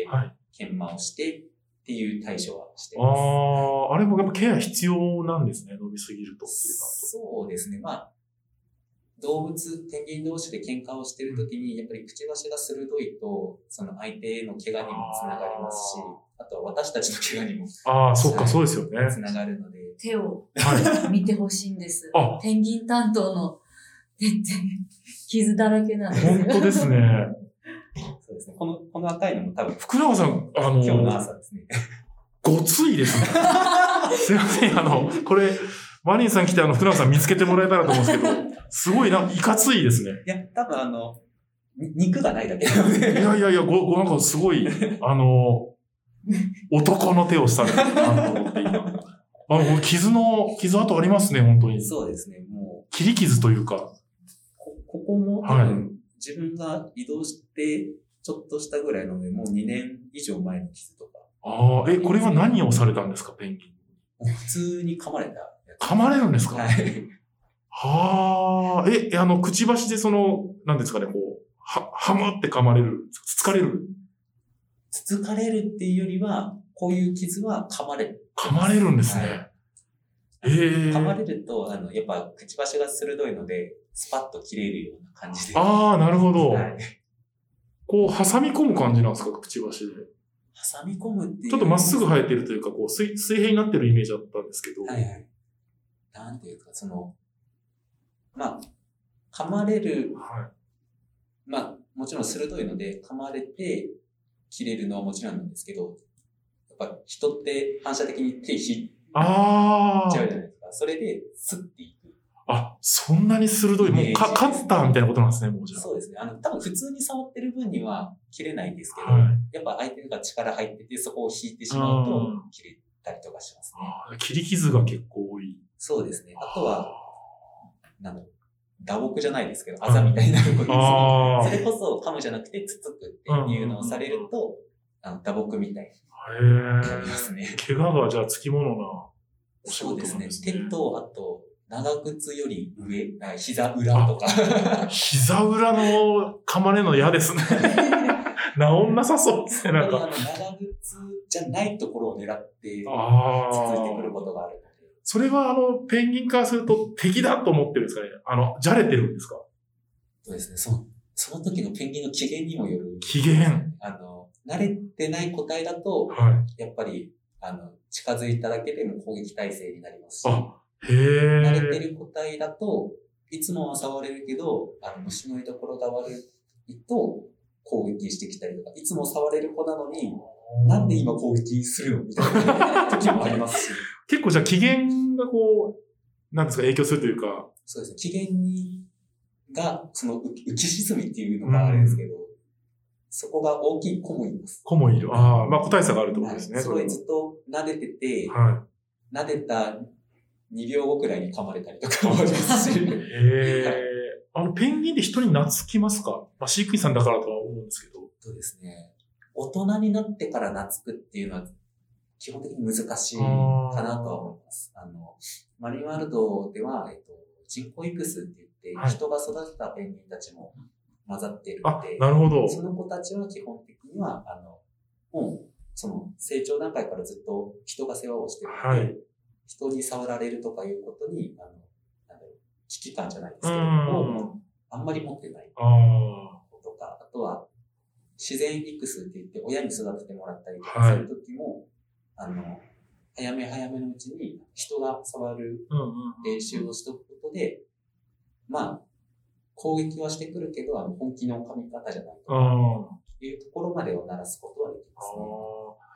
研磨をして、っていう対処はしてます。 ああ、あれもやっぱケア必要なんですね、伸びすぎるとっていうか。 そうですね。まあ、動物、ペンギン同士で喧嘩をしているときに、やっぱりくちばしが鋭いと、その相手の怪我にもつながりますし、あとは私たちの怪我にも。 ああ、そっか、そうですよね。 つながるので。 手を見てほしいんです。ペンギン担当の手って傷だらけなんですよ。 本当ですね。 そうですね。この、この赤いのも多分。 福永さん、あのー、 今日の朝ですね。 ごついですね。すいません、あの、これ、マリンさん来てあの、福永さん見つけてもらえたらと思うんですけど、すごいな、いかついですね。 いや、多分あの、肉がないだけなので。 いやいやいや、ご、ご、なんかすごい、あの、男の手をしたなと思っていた。あの、傷の、傷跡ありますね、本当に。 そうですね、もう。 切り傷というか。 こ、ここも多分、はい、自分が移動して、ちょっとしたぐらいので、もうにねん以上前の傷とか。 ああ、え、これは何をされたんですか、ペンギン。 普通に噛まれた。 噛まれるんですか？ はい。 はあ、え、あの、くちばしでその、なんですかね、こう、は、はむって噛まれる。つつかれる。 つつかれるっていうよりは、こういう傷は噛まれる。 噛まれるんですね。はい、えー、 噛まれると、あの、やっぱ、くちばしが鋭いので、スパッと切れるような感じで。 ああ、なるほど。はい、こう、挟み込む感じなんですか、くちばしで。 挟み込むっていう。 ちょっとまっすぐ生えてるというか、こう、水、水平になってるイメージだったんですけど。 はいはい。なんていうか、その、まあ、噛まれる、はい、まあ、もちろん鋭いので、噛まれて切れるのはもちろんなんですけど、やっぱ人って反射的に手引いちゃうじゃないですか。それで、スッていく。 あ、そんなに鋭い。もうカ、カッターみたいなことなんですね、もうじゃあ。 そうですね。あの、多分普通に触ってる分には切れないんですけど、はい、やっぱ相手が力入ってて、そこを引いてしまうと切れたりとかしますね。 あ、切り傷が結構多い。 そうですね。あとは、なんだろう、打撲じゃないですけど、あざみたいになることですね。それこそ噛むじゃなくてつつくっていうのをされると、あの打撲みたいになりますね。 怪我がじゃあつきものなお仕事なんですね。 そうですね。手と、あと、長靴より上、膝裏とか。 膝裏の噛まれるの嫌ですね。治んなさそうですね、なんか。 長靴じゃないところを狙って、つついてくることがある。 それはあの、ペンギンからすると敵だと思ってるんですかね？あの、じゃれてるんですか？ そうですね。その、その時のペンギンの機嫌にもよる。 機嫌。 あの、慣れてない個体だと、はい、やっぱり、あの、近づいただけでも攻撃態勢になりますし、 あ、へー。 慣れてる個体だと、いつもは触れるけど、あの、虫の居所が悪いと攻撃してきたりとか、いつも触れる子なのに、なんで今攻撃するのみたいな時もありますし。 結構じゃあ機嫌がこう、なんですか、影響するというか。 そうですね。機嫌に、が、その浮き沈みっていうのがあれですけど、うん、そこが大きい子もいます。 子もいる。ああ、まあ個体差があるってことですね。 はい、すごいずっと撫でてて、はい、撫でたにびょうごくらいに噛まれたりとかもありますし。へえ、はい。あの、ペンギンで人に懐きますか？まあ、飼育員さんだからとは思うんですけど。 そうですね。大人になってから懐くっていうのは、基本的に難しいかなとは思います。あの、マリンワールドでは、えっと、人工育種って言って、はい、人が育てたペンギンたちも混ざっているので、 なるほど。 その子たちは基本的には、あの、もう、その成長段階からずっと人が世話をしているので、はい、人に触られるとかいうことに、あの、なんだろう、危機感じゃないですけど、もあんまり持ってないとか、あとは、自然育種って言って親に育ててもらったりとかするときも、はい、あの、早め早めのうちに人が触る練習をしておくことで、うんうん、まあ、攻撃はしてくるけど、あの本気の噛み方じゃないというところまでを鳴らすことはできますね。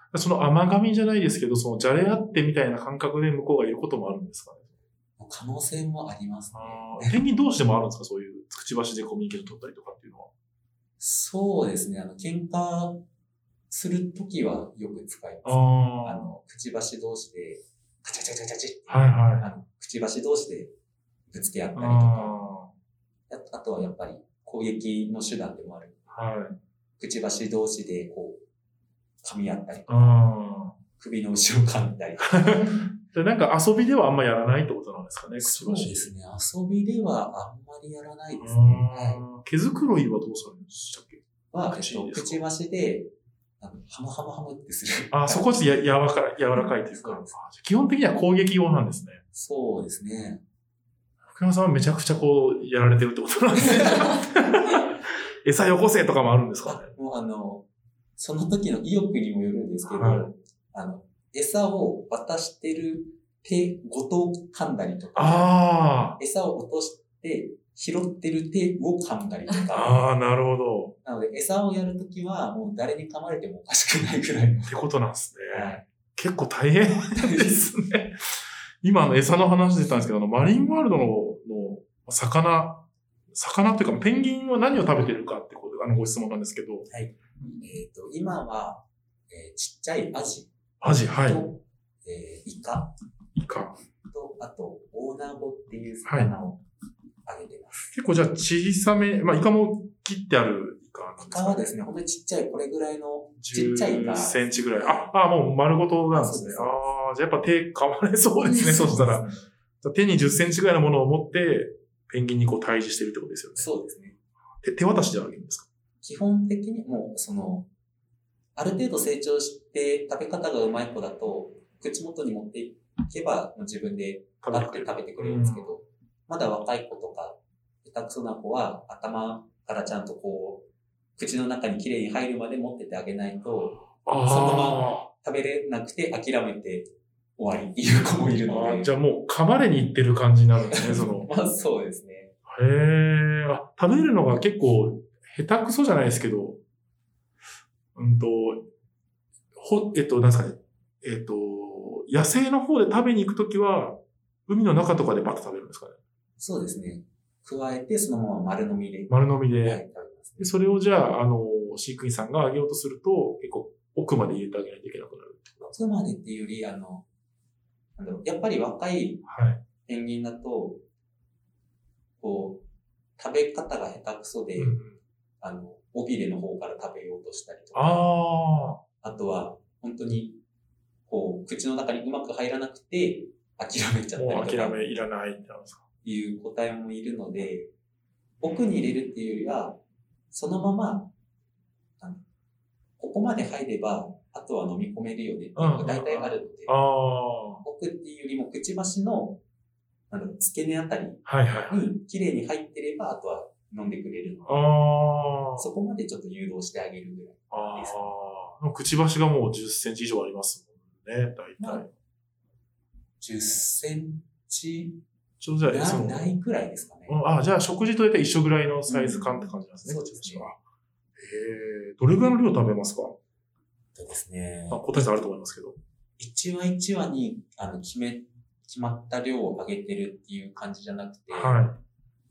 その甘噛みじゃないですけど、そのじゃれ合ってみたいな感覚で向こうがいることもあるんですかね。 可能性もありますね。ペンギン同士でもあるんですか？そういうくちばしでコミュニケーション取ったりとかっていうのは。 そうですね。あの、喧嘩するときはよく使います、ね。あの、くちばし同士で、カチャカチャカチャカチャって、はいはい、あのくちばし同士でぶつけ合ったりとか、あ, あとはやっぱり攻撃の手段でもある。はい、くちばし同士でこう、噛み合ったりとか、首の後ろ噛んだりとか。 なんか遊びではあんまやらないってことなんですかね、くちばし。 そうですね。遊びではあんまりやらないですね。 はい、毛づくろいはどうされるんでしたっけ？ は、えっと、くちばしで、あのハムハムハムってする。 あ、そこはや柔らかい、柔らかいというか。基本的には攻撃用なんですね。 そうですね。 福山さんはめちゃくちゃこう、やられてるってことなんですね。餌よこせとかもあるんですかね。 もうあの、その時の意欲にもよるんですけど、はい、あの、餌を渡してる手ごと噛んだりとか、あ餌を落として拾ってる手を噛んだりとか。 ああ、なるほど。 なので、餌をやるときは、もう誰に噛まれてもおかしくないぐらいの。 ってことなんですね。はい、結構大変ですね。今、の餌の話で言ったんですけど、あの、マリンワールドの、の魚、魚というか、ペンギンは何を食べてるかってこと、あの、ご質問なんですけど。はい。 えっと、今は、えー、ちっちゃいアジ。 アジ、はい。 と、えー、イカ。 イカ。 と、あと、オオナゴっていう魚をあげてます。 結構じゃあ小さめ、まあ、イカも切ってあるイカなんですか、ね、 イカはですね、ほんとにちっちゃい、これぐらいの、ちっちゃいイカ。 じゅっセンチぐらい。あ、あ、もう丸ごとなんですね。ああ、じゃあやっぱ手噛まれそうですね、そしたら。手にじゅっセンチぐらいのものを持って、ペンギンにこう対峙してるってことですよね。 そうですね。 手、手渡しであげるんですか？ 基本的にもう、その、ある程度成長して食べ方がうまい子だと、口元に持っていけば、自分でパッて食べてくれるんですけど、うん、まだ若い子とか、下手くそな子は頭からちゃんとこう、口の中にきれいに入るまで持っててあげないと、そのまま食べれなくて諦めて終わりっていう子もいるので。 じゃあもう噛まれに行ってる感じになるんですね、その。 まあそうですね。 へー。あ、食べるのが結構下手くそじゃないですけど、うんと、ほ、えっと、なんですかね。えっと、野生の方で食べに行くときは、海の中とかでバッと食べるんですかね。 そうですね。加えて、そのまま丸飲みで。 丸飲みで。はい、 食べます、 でそれをじゃあ、あの、飼育員さんがあげようとすると、結構奥まで入れてあげないといけなくなるってことですか。 奥までっていうより、あの、なんだろう、やっぱり若いペンギンだと、はい、こう、食べ方が下手くそで、うん、あの、尾びれの方から食べようとしたりとか、あ, あとは、本当に、こう、口の中にうまく入らなくて、諦めちゃったりとか。 もう諦めいらないってなんですか。 いう個体もいるので、奥に入れるっていうよりは、そのまま、あのここまで入れば、あとは飲み込めるよねっていうのが大体あるので、奥っていうよりもくちばしの、なんだろう、付け根あたりに綺麗に入ってれば、あとは飲んでくれるので、そこまでちょっと誘導してあげるぐらいです、ね。 あくちばしがもうじゅっセンチ以上ありますもんね、大体。まあ、 じゅっセンチちょうどじゃあ、 なないくらいですかね。 ああ、じゃあ食事と大体一緒ぐらいのサイズ感って感じなんですね。 うん、そうですね。 へえ、どれぐらいの量食べますか？ そうですね。 あ、答え差あると思いますけど。 一話一話に、あの、決め、決まった量を上げてるっていう感じじゃなくて、はい。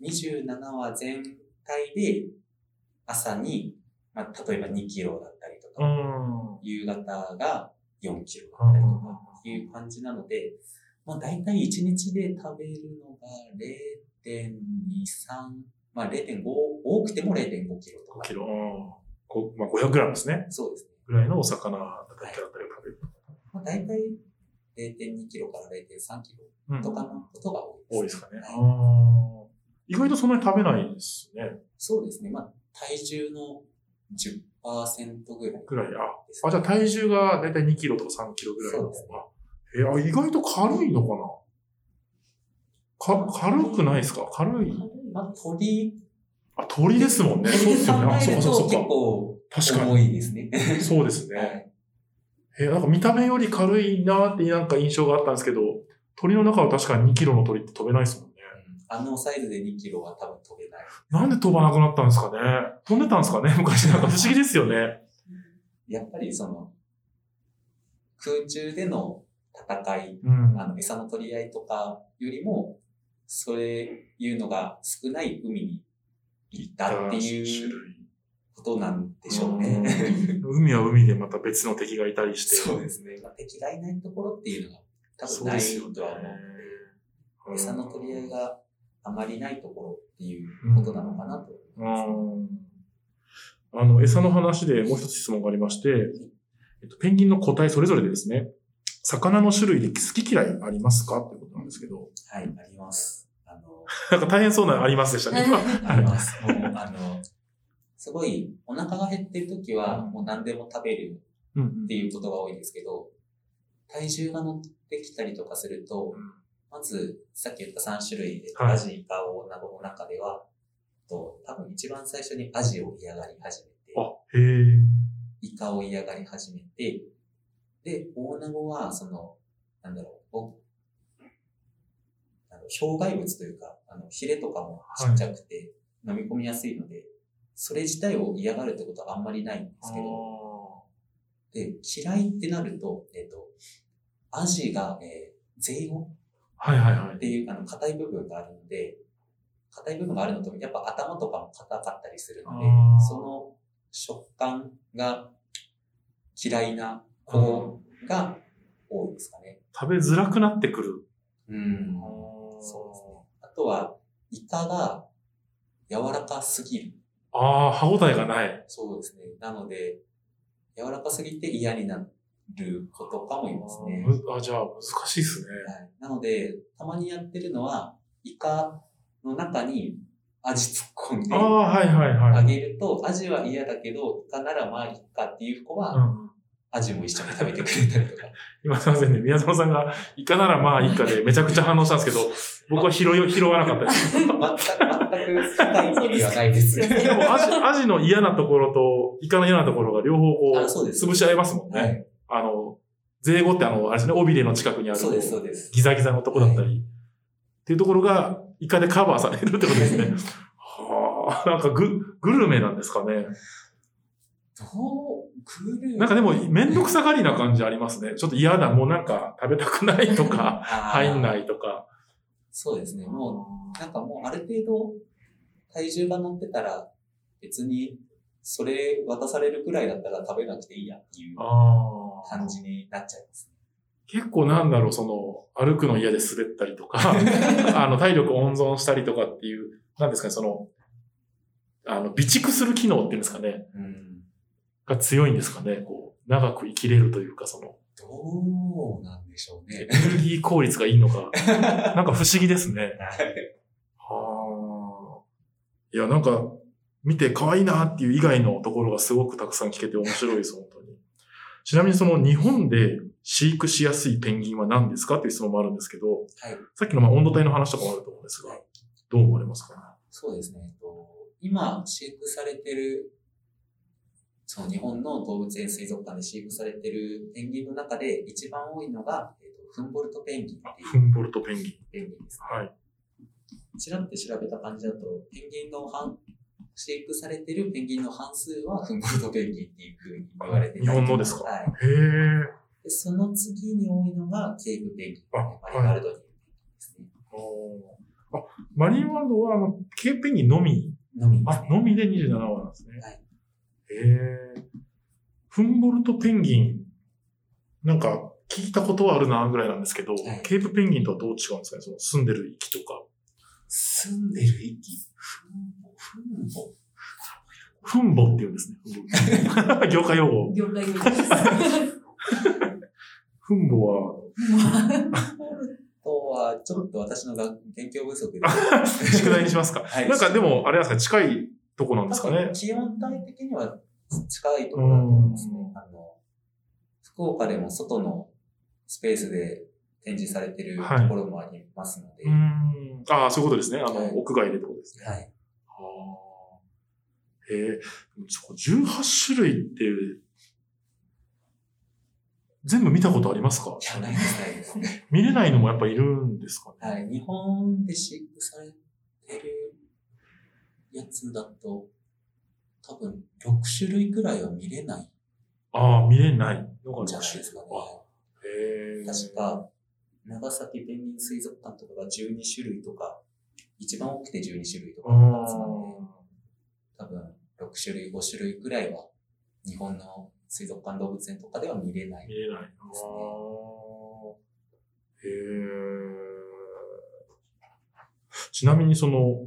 にじゅうななわ全体で、朝に、まあ、例えばにキロだったりとか、うん、夕方がよんキロだったりとかっていう感じなので、まあ、大体いちにちで食べるのが れいてんにさん、まあ れいてんご、多くても れいてんごキロとか。 ごキロ、まあ、ごひゃくグラムですね。 そうですね。 ぐらいのお魚だったりを食べる。 はい、まあ、大体 れいてんにキロから れいてんさんキロとかのことが多いです、ね。 多いですかね。はい、意外とそんなに食べないですね。 そうですね。まあ、体重の じゅっパーセント ぐらい、ね。 ぐらい。あ、あ、じゃあ体重が大体にキロとかさんキロぐらいの。そうですね。えー、意外と軽いのかなか、軽くないですか？軽い。 まあ、鳥。 あ、鳥ですもんね。そうですよね。あ、そうかそうか。 結構、確かに。重いですね。 そうですね。はい、えー、なんか見た目より軽いなーってなんか印象があったんですけど、鳥の中は確かににキロの鳥って飛べないですもんね。 うん、あのサイズでにキロは多分飛べない。 なんで飛ばなくなったんですかね？飛んでたんですかね？昔なんか不思議ですよね。 やっぱりその、 空中での戦い、 うん、 あの餌の取り合いとかよりも、そういうのが少ない海に行ったっていうことなんでしょうね。 海は海でまた別の敵がいたりして。 そうですね。まあ、敵がいないところっていうのが多分ないとは思うので、餌の取り合いがあまりないところっていうことなのかなと思います、ね。 うん、あの、餌の話でもう一つ質問がありまして、えっと、ペンギンの個体それぞれでですね、魚の種類で好き嫌いありますかっていうことなんですけど。 はい、あります。あの、 なんか大変そうなのありますでしたね。 あります。もう、あの、すごいお腹が減ってるときはもう何でも食べるっていうことが多いんですけど、体重が乗ってきたりとかすると、まずさっき言ったさん種類で、アジ、イカ、オオナゴの中では、と多分一番最初にアジを嫌がり始めて、 あ、へー。 イカを嫌がり始めて、で、オオナゴは、その、なんだろう、あの障害物というか、あの、ヒレとかもちっちゃくて飲み込みやすいので、はい、それ自体を嫌がるってことはあんまりないんですけど、で、嫌いってなると、えっと、アジが、えー、ゼイゴはいはいはい。 っていう、あの、硬い部分があるので、硬い部分があるのと、やっぱ頭とかも硬かったりするので、その食感が嫌いな子が多いですかね。 食べづらくなってくる。 うん。そうですね。あとは、イカが柔らかすぎる。 ああ、歯応えがない。 そうですね。なので、柔らかすぎて嫌になる子とかもいますね。 ああ、じゃあ難しいですね。 はい。なので、たまにやってるのは、イカの中にアジ突っ込んであげると、アジは嫌だけど、イカならまあいいかっていう子は、うん、アジも一緒に食べてくれたりとか。 今すいませんね、宮園さんがイカならまあいいかでめちゃくちゃ反応したんですけど、僕は拾い、拾わなかったです。 全く、全く深い意味はないです。 でもアジ、アジの嫌なところとイカの嫌なところが両方こう、潰し合いますもんね。はい、あの、ゼイゴってあの、あれですね、尾びれの近くにある。 そうです、そうです。 ギザギザのとこだったり。はい、っていうところが、イカでカバーされるってことですね。はあ、なんかグ、グルメなんですかね。 どうグルメなんかでも、めんどくさがりな感じありますね。ちょっと嫌だ、もうなんか食べたくないとか、入んないとか。 そうですね。もう、なんかもうある程度、体重が乗ってたら、別に、それ渡されるくらいだったら食べなくていいやっていう感じになっちゃいますね。 結構なんだろう、その、歩くの嫌で滑ったりとか、あの、体力温存したりとかっていう、なんですかね、その、あの、備蓄する機能っていうんですかね、うん、が強いんですかね、こう、長く生きれるというか、その、 どうなんでしょうね。 エネルギー効率がいいのか、なんか不思議ですね。はあ。いや、なんか、見て可愛いなっていう以外のところがすごくたくさん聞けて面白いです、本当に。ちなみにその日本で飼育しやすいペンギンは何ですかっていう質問もあるんですけど、はい、さっきのまあ温度帯の話とかもあると思うんですが、はい、どう思われますかね。 そうですね。今飼育されてる、その日本の動物園水族館で飼育されてるペンギンの中で一番多いのが、えー、とフンボルトペンギンっていう。 フンボルトペンギン。 ペンギンですね。はい。ちらって調べた感じだと、ペンギンの半、飼育されてるペンギンの半数はフンボルトペンギンっていう風に言われてい日本のですか。はい。へー。でその次に多いのがケープペンギン。あ、マリンワールドにいるペンギンですね。 あ、マリンワールドはあの、ケープペンギンのみのみですね。あ、のみでにじゅうななわなんですね。はい。へー。フンボルトペンギン、なんか聞いたことはあるなぐらいなんですけど、はい、ケープペンギンとはどう違うんですかね、その住んでる域とか。 住んでる域フンボフンボフンボって言うんですね。業界用語。 業界用語です。 フンボは、 とは、ちょっと私の勉強不足で。 宿題にしますか。はい、なんかでも、あれなんですか、近いとこなんですかね。 気温帯的には近いところだと思いますね。あの、福岡でも外のスペースで展示されてるところもありますので。 はい、うんああ、そういうことですね。あの、はい、屋外でってことですね。はい。はあ、へえ、じゅうはち種類って、全部見たことありますか？ いや、ないです、ないですね。 見れないのもやっぱいるんですかね？ はい。日本で飼育されてるやつだと、多分ろく種類くらいは見れない。 ああ、見れないのがろく種類ですかね。 へー。 確か、長崎ペンギン水族館とかがじゅうにしゅるいとか、一番多くてじゅうにしゅるいとかだったはずなので、多分ろくしゅるい、ごしゅるいくらいは日本の水族館動物園とかでは見れない見れないですね。へー。ちなみにその、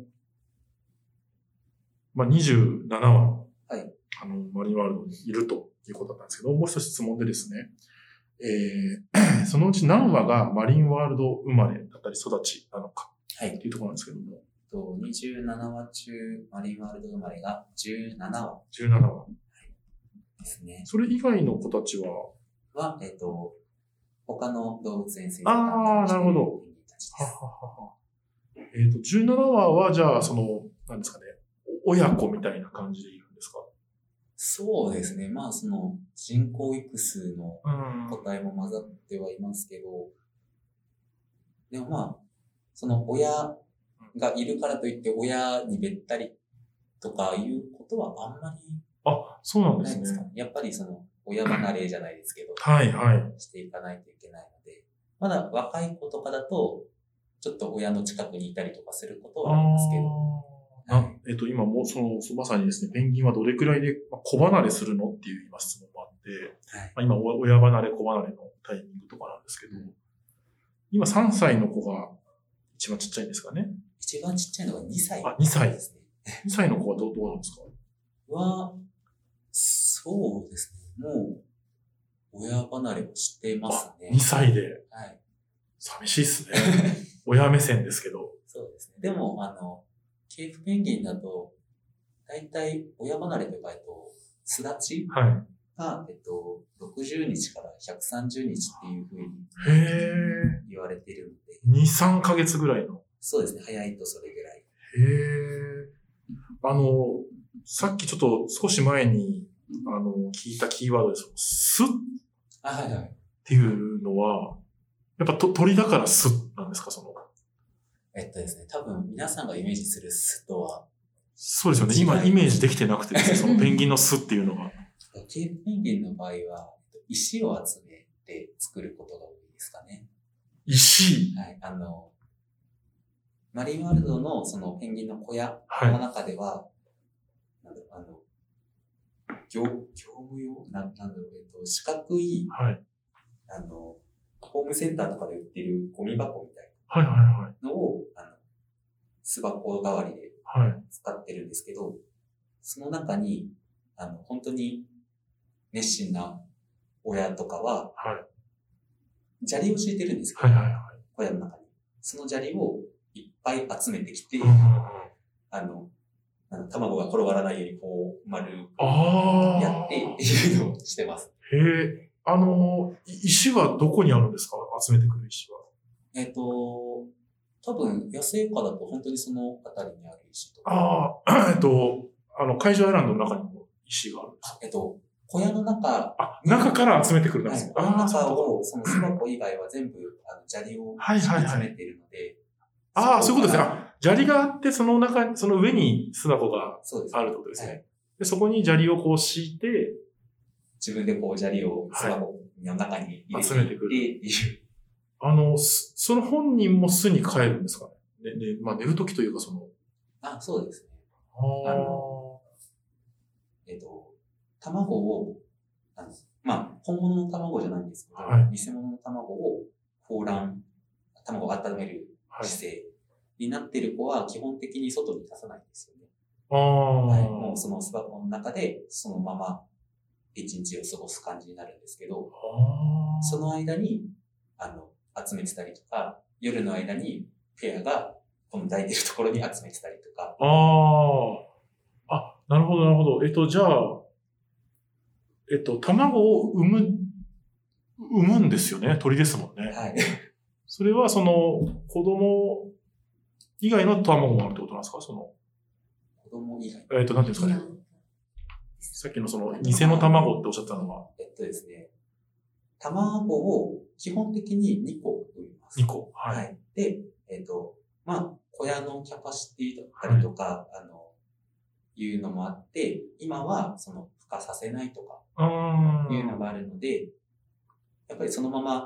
まあ、にじゅうななわ、 はい、 あの、マリンワールドにいるということだったんですけど、もう一つ質問でですね、えー、そのうち何羽がマリンワールド生まれだったり育ちなのか、はい、というところなんですけども。 とにじゅうななわ中、マリンワールド生まれがじゅうななわ。 じゅうななわ。 はい。ですね。 それ以外の子たちはは、えっと、他の動物園水族館ああ、なるほど。ははは。えっと、じゅうななわは、じゃあ、その、なんですかね、親子みたいな感じでいるんですか？ そうですね。まあ、その、人工育数の個体も混ざってはいますけど、でもまあ、その親がいるからといって親にべったりとかいうことはあんまりあ、そうなんでないですかね。やっぱりその、親離れじゃないですけど、 はいはい。 していかないといけないので、まだ若い子とかだと、ちょっと親の近くにいたりとかすることはありますけど。 はい、えっと、今も、その、まさにですね、ペンギンはどれくらいで子離れするのっていう今質問もあって、はい、まあ、今、親離れ、子離れのタイミングとかなんですけど、うん、今さんさいの子が一番ちっちゃいんですかね。 一番ちっちゃいのがにさい、 あ、にさいですね。にさいの子はどう、どうなんですか？ は、そうですね。もう、親離れをしてますね。 にさいで。 はい。 寂しいっすね。親目線ですけど。 そうですね。でも、あの、ケープペンギンだと、だいたい親離れというか、えっと、巣立ちが、はい、えっと、ろくじゅうにちからひゃくさんじゅうにちっていうふうに言われているので。 に、さんかげつぐらいの。 そうですね。早いとそれぐらい。 へー。あの、さっきちょっと少し前に、あの、聞いたキーワードです。巣っていうのは、やっぱと鳥だから巣なんですか、その。 えっとですね、多分皆さんがイメージする巣とは。 そうですよね。今イメージできてなくてですね、そのペンギンの巣っていうのが。 ケープペンギンの場合は、石を集めて作ることが多いですかね。 石？ はい。あの、マリンワールドのそのペンギンの小屋の中では、はい、なんだろう、あの、業、業務用な、なんだろう、えっと、四角い、はい、あの、ホームセンターとかで売ってるゴミ箱みたいなのを、あの、巣箱代わりで使ってるんですけど、はい、その中に、あの、本当に熱心な親とかは、はい、砂利を敷いてるんですけど、はいはいはい、小屋の中に。その砂利をいっぱい集めてきて、うん、あの、あの卵が転がらないようにこう丸くやってっていうのをしてます。 へえ。あの、石はどこにあるんですか？集めてくる石は。 えっと、多分野生下だと本当にそのあたりにある石とか。 ああ、えっと、あの、海上アイランドの中にも石があるんですか？ えっと、小屋の中。 あ、中から集めてくるんですか？ はい、小屋の中を、その巣箱以外は全部、あの、砂利を集めているので。はいはいはい、 ああ、そういうことですね。あ、砂利があって、その中に、その上に巣箱があるってことですね。はい、でそこに砂利をこう敷いて、 自分でこう砂利を巣箱の中に入れて、 集めてくる。あの、その本人も巣に帰るんですかね。ね、ね、まあ寝るときというかその。 あ、そうですね。あの、えっと、卵を、あの、まあ、本物の卵じゃないんですけど、はい、偽物の卵を放卵、卵を温める姿勢になっている子は基本的に外に出さないんですよね。 ああ、 はい。もうその巣箱の中でそのまま一日を過ごす感じになるんですけど、その間に、あの、集めてたりとか、夜の間にペアがこの抱いてるところに集めてたりとか。 ああ。あ、なるほど、なるほど。えっと、じゃあ、えっと、卵を産む、産むんですよね。鳥ですもんね。 はい。 それは、その、子供以外の卵もあるってことなんですか？その。 子供以外。 えっと、なんていうんですかね。さっきのその、偽の卵っておっしゃったのは。 えっとですね。卵を基本的ににこ産みます。 にこ。はい。はい、 で、えっと、まあ、小屋のキャパシティだったりとか、はい、あの、いうのもあって、今は、その、孵化させないとか、いうのがあるので、やっぱりそのまま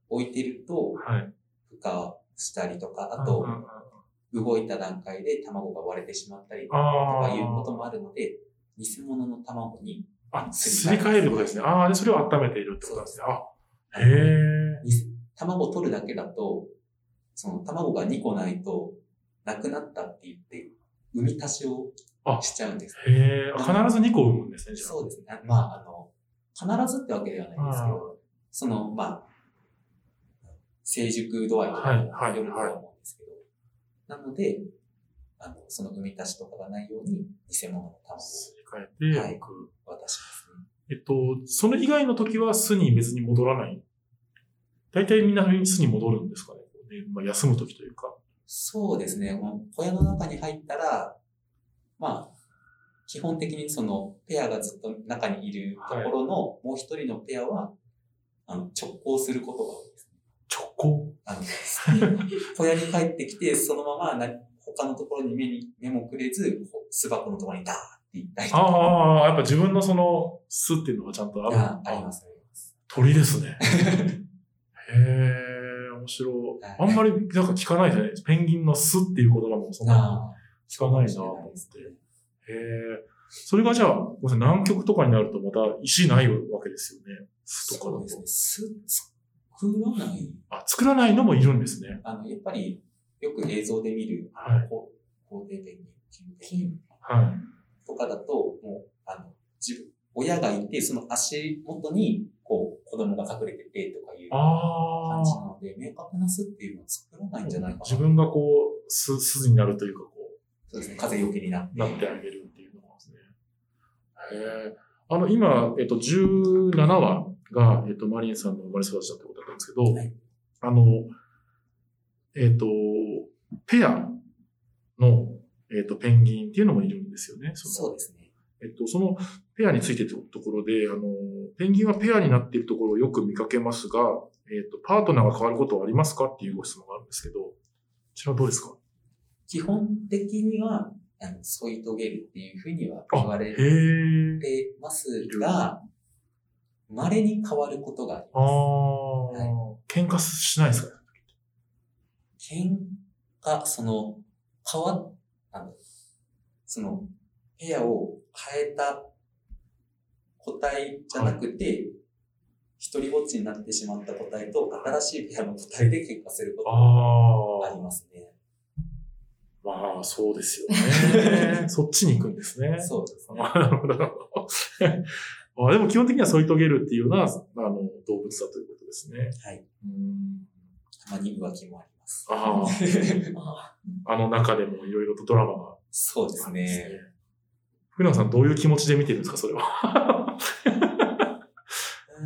置いてると、 はい、 孵化したりとか、あと、動いた段階で卵が割れてしまったりとかいうこともあるので、偽物の卵にあ、すり替えることですね。ああ、で、それを温めているってことですね。あ、へえ。 卵を取るだけだと、その卵がにこないと、なくなったって言って、産み足しをしちゃうんです、 ね。へえ。必ずにこ産むんですね、じゃあ。 そうですね。まあ、あの、必ずってわけではないんですけど、その、まあ、成熟度合いとかによるとは思うんですけど、はいはいはい、なので、あの、その産み足しとかがないように、偽物の卵をすり替えて、 はい、渡しますね。 えっと、それ以外の時は巣に別に戻らない。大体みんな巣に戻るんですかね。まあ、休む時というか。 そうですね。小屋の中に入ったら、まあ、基本的にそのペアがずっと中にいるところのもう一人のペアは、あの直行することが多いですね。 直行あの小屋に帰ってきて、そのまま他のところに目に目もくれず、巣箱のところにダーって行ったりとか。 ああ、やっぱ自分のその巣っていうのがちゃんとある。 あ、あります、あります。 鳥ですね。へえ、面白い。あんまりなんか聞かないじゃないですか。ペンギンの巣っていう言葉もそんなに聞かないなと思って。へえ。それがじゃあ、南極とかになるとまた石ないわけですよね。巣とかだと。 そうですね。巣作らない。 あ、作らないのもいるんですね。 あの、やっぱりよく映像で見る、 はい。 皇帝ペンギン、金ペンギン。 はい。 とかだと、もう、あの、自分、親がいて、その足元に、こう、子供が隠れててとかいう感じなので、明確な巣っていうのを作らないんじゃないかな。 自分がこう、巣、巣になるというか、こう。 そうですね。風よけになって。 なってあげるっていうのがですね。へえ。あの、今、えっと、じゅうななわが、えっと、マリンさんの生まれ育ちだってことだったんですけど、はい、あの、えっと、ペアの、えっと、ペンギンっていうのもいるんですよね。 そ, そうですね。 えっと、そのペアについてというところで、あの、ペンギンはペアになっているところをよく見かけますが、えっと、パートナーが変わることはありますかっていうご質問があるんですけど、こちらはどうですか？ 基本的には、あの、添い遂げるっていうふうには言われてますが、稀に変わることがあります。ああ、 はい、喧嘩しないですか？ 喧嘩、その、変わっ、あの、その、ペアを変えた個体じゃなくて、はい、一人ぼっちになってしまった個体と新しいペアの個体で喧嘩することがありますね。 まあ、そうですよね。そっちに行くんですね。 そうですね。 なるほど、なるほど。あでも基本的には添い遂げるっていうような、あの、動物だということですね。 はい。うんたまに浮気もあります。 ああ。あの中でもいろいろとドラマが、ね。 そうですね。 福永さんどういう気持ちで見てるんですか、それは。 うん。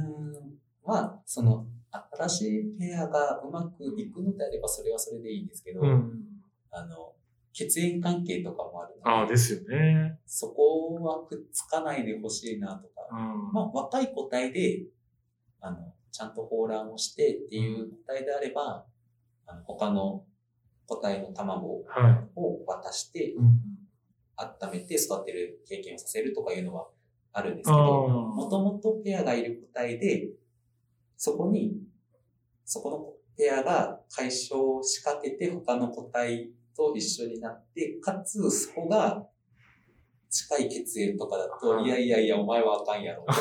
まあ、その、新しいペアがうまくいくのであれば、それはそれでいいんですけど、うん、あの、血縁関係とかもあるので。 ああ、ですよね。 そこはくっつかないでほしいなとか。うん、まあ、若い個体で、あの、ちゃんと抱卵をしてっていう個体であれば、あの他の個体の卵を渡して、はい、温めて育てる経験をさせるとかいうのはあるんですけど、もともとペアがいる個体で、そこに、そこのペアが解消を仕掛けて他の個体と一緒になって、かつそこが近い血縁とかだと、いやいやいや、お前はあかんやろ。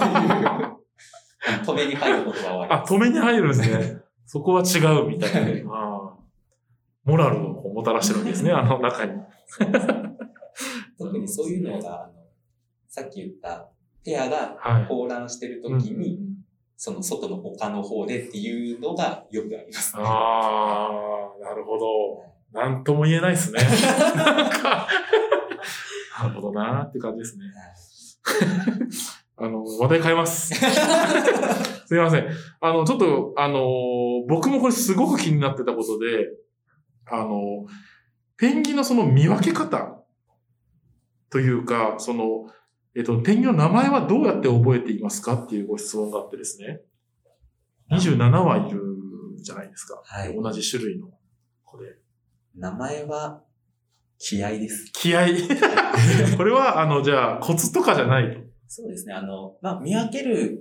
止めに入ることが多い。 あ、止めに入るんですね。そこは違うみたいな。あモラルをもたらしてるわけですね、あの中に。 特にそういうのが、あのさっき言ったペアが抱卵してるときに、はいうん、その外の丘の方でっていうのがよくありますね。 ああ、なるほど。なんとも言えないですね。なんかなるほどなーって感じですね。あの、話題変えます。すいません。あの、ちょっと、あの、僕もこれすごく気になってたことで、あの、ペンギンのその見分け方というか、その、えっと、ペンギンの名前はどうやって覚えていますかっていうご質問があってですね。にじゅうななわいるじゃないですか。はい。同じ種類の子で。 名前は、気合です。 気合これは、あの、じゃあ、コツとかじゃないと。 そうですね。あの、まあ、見分ける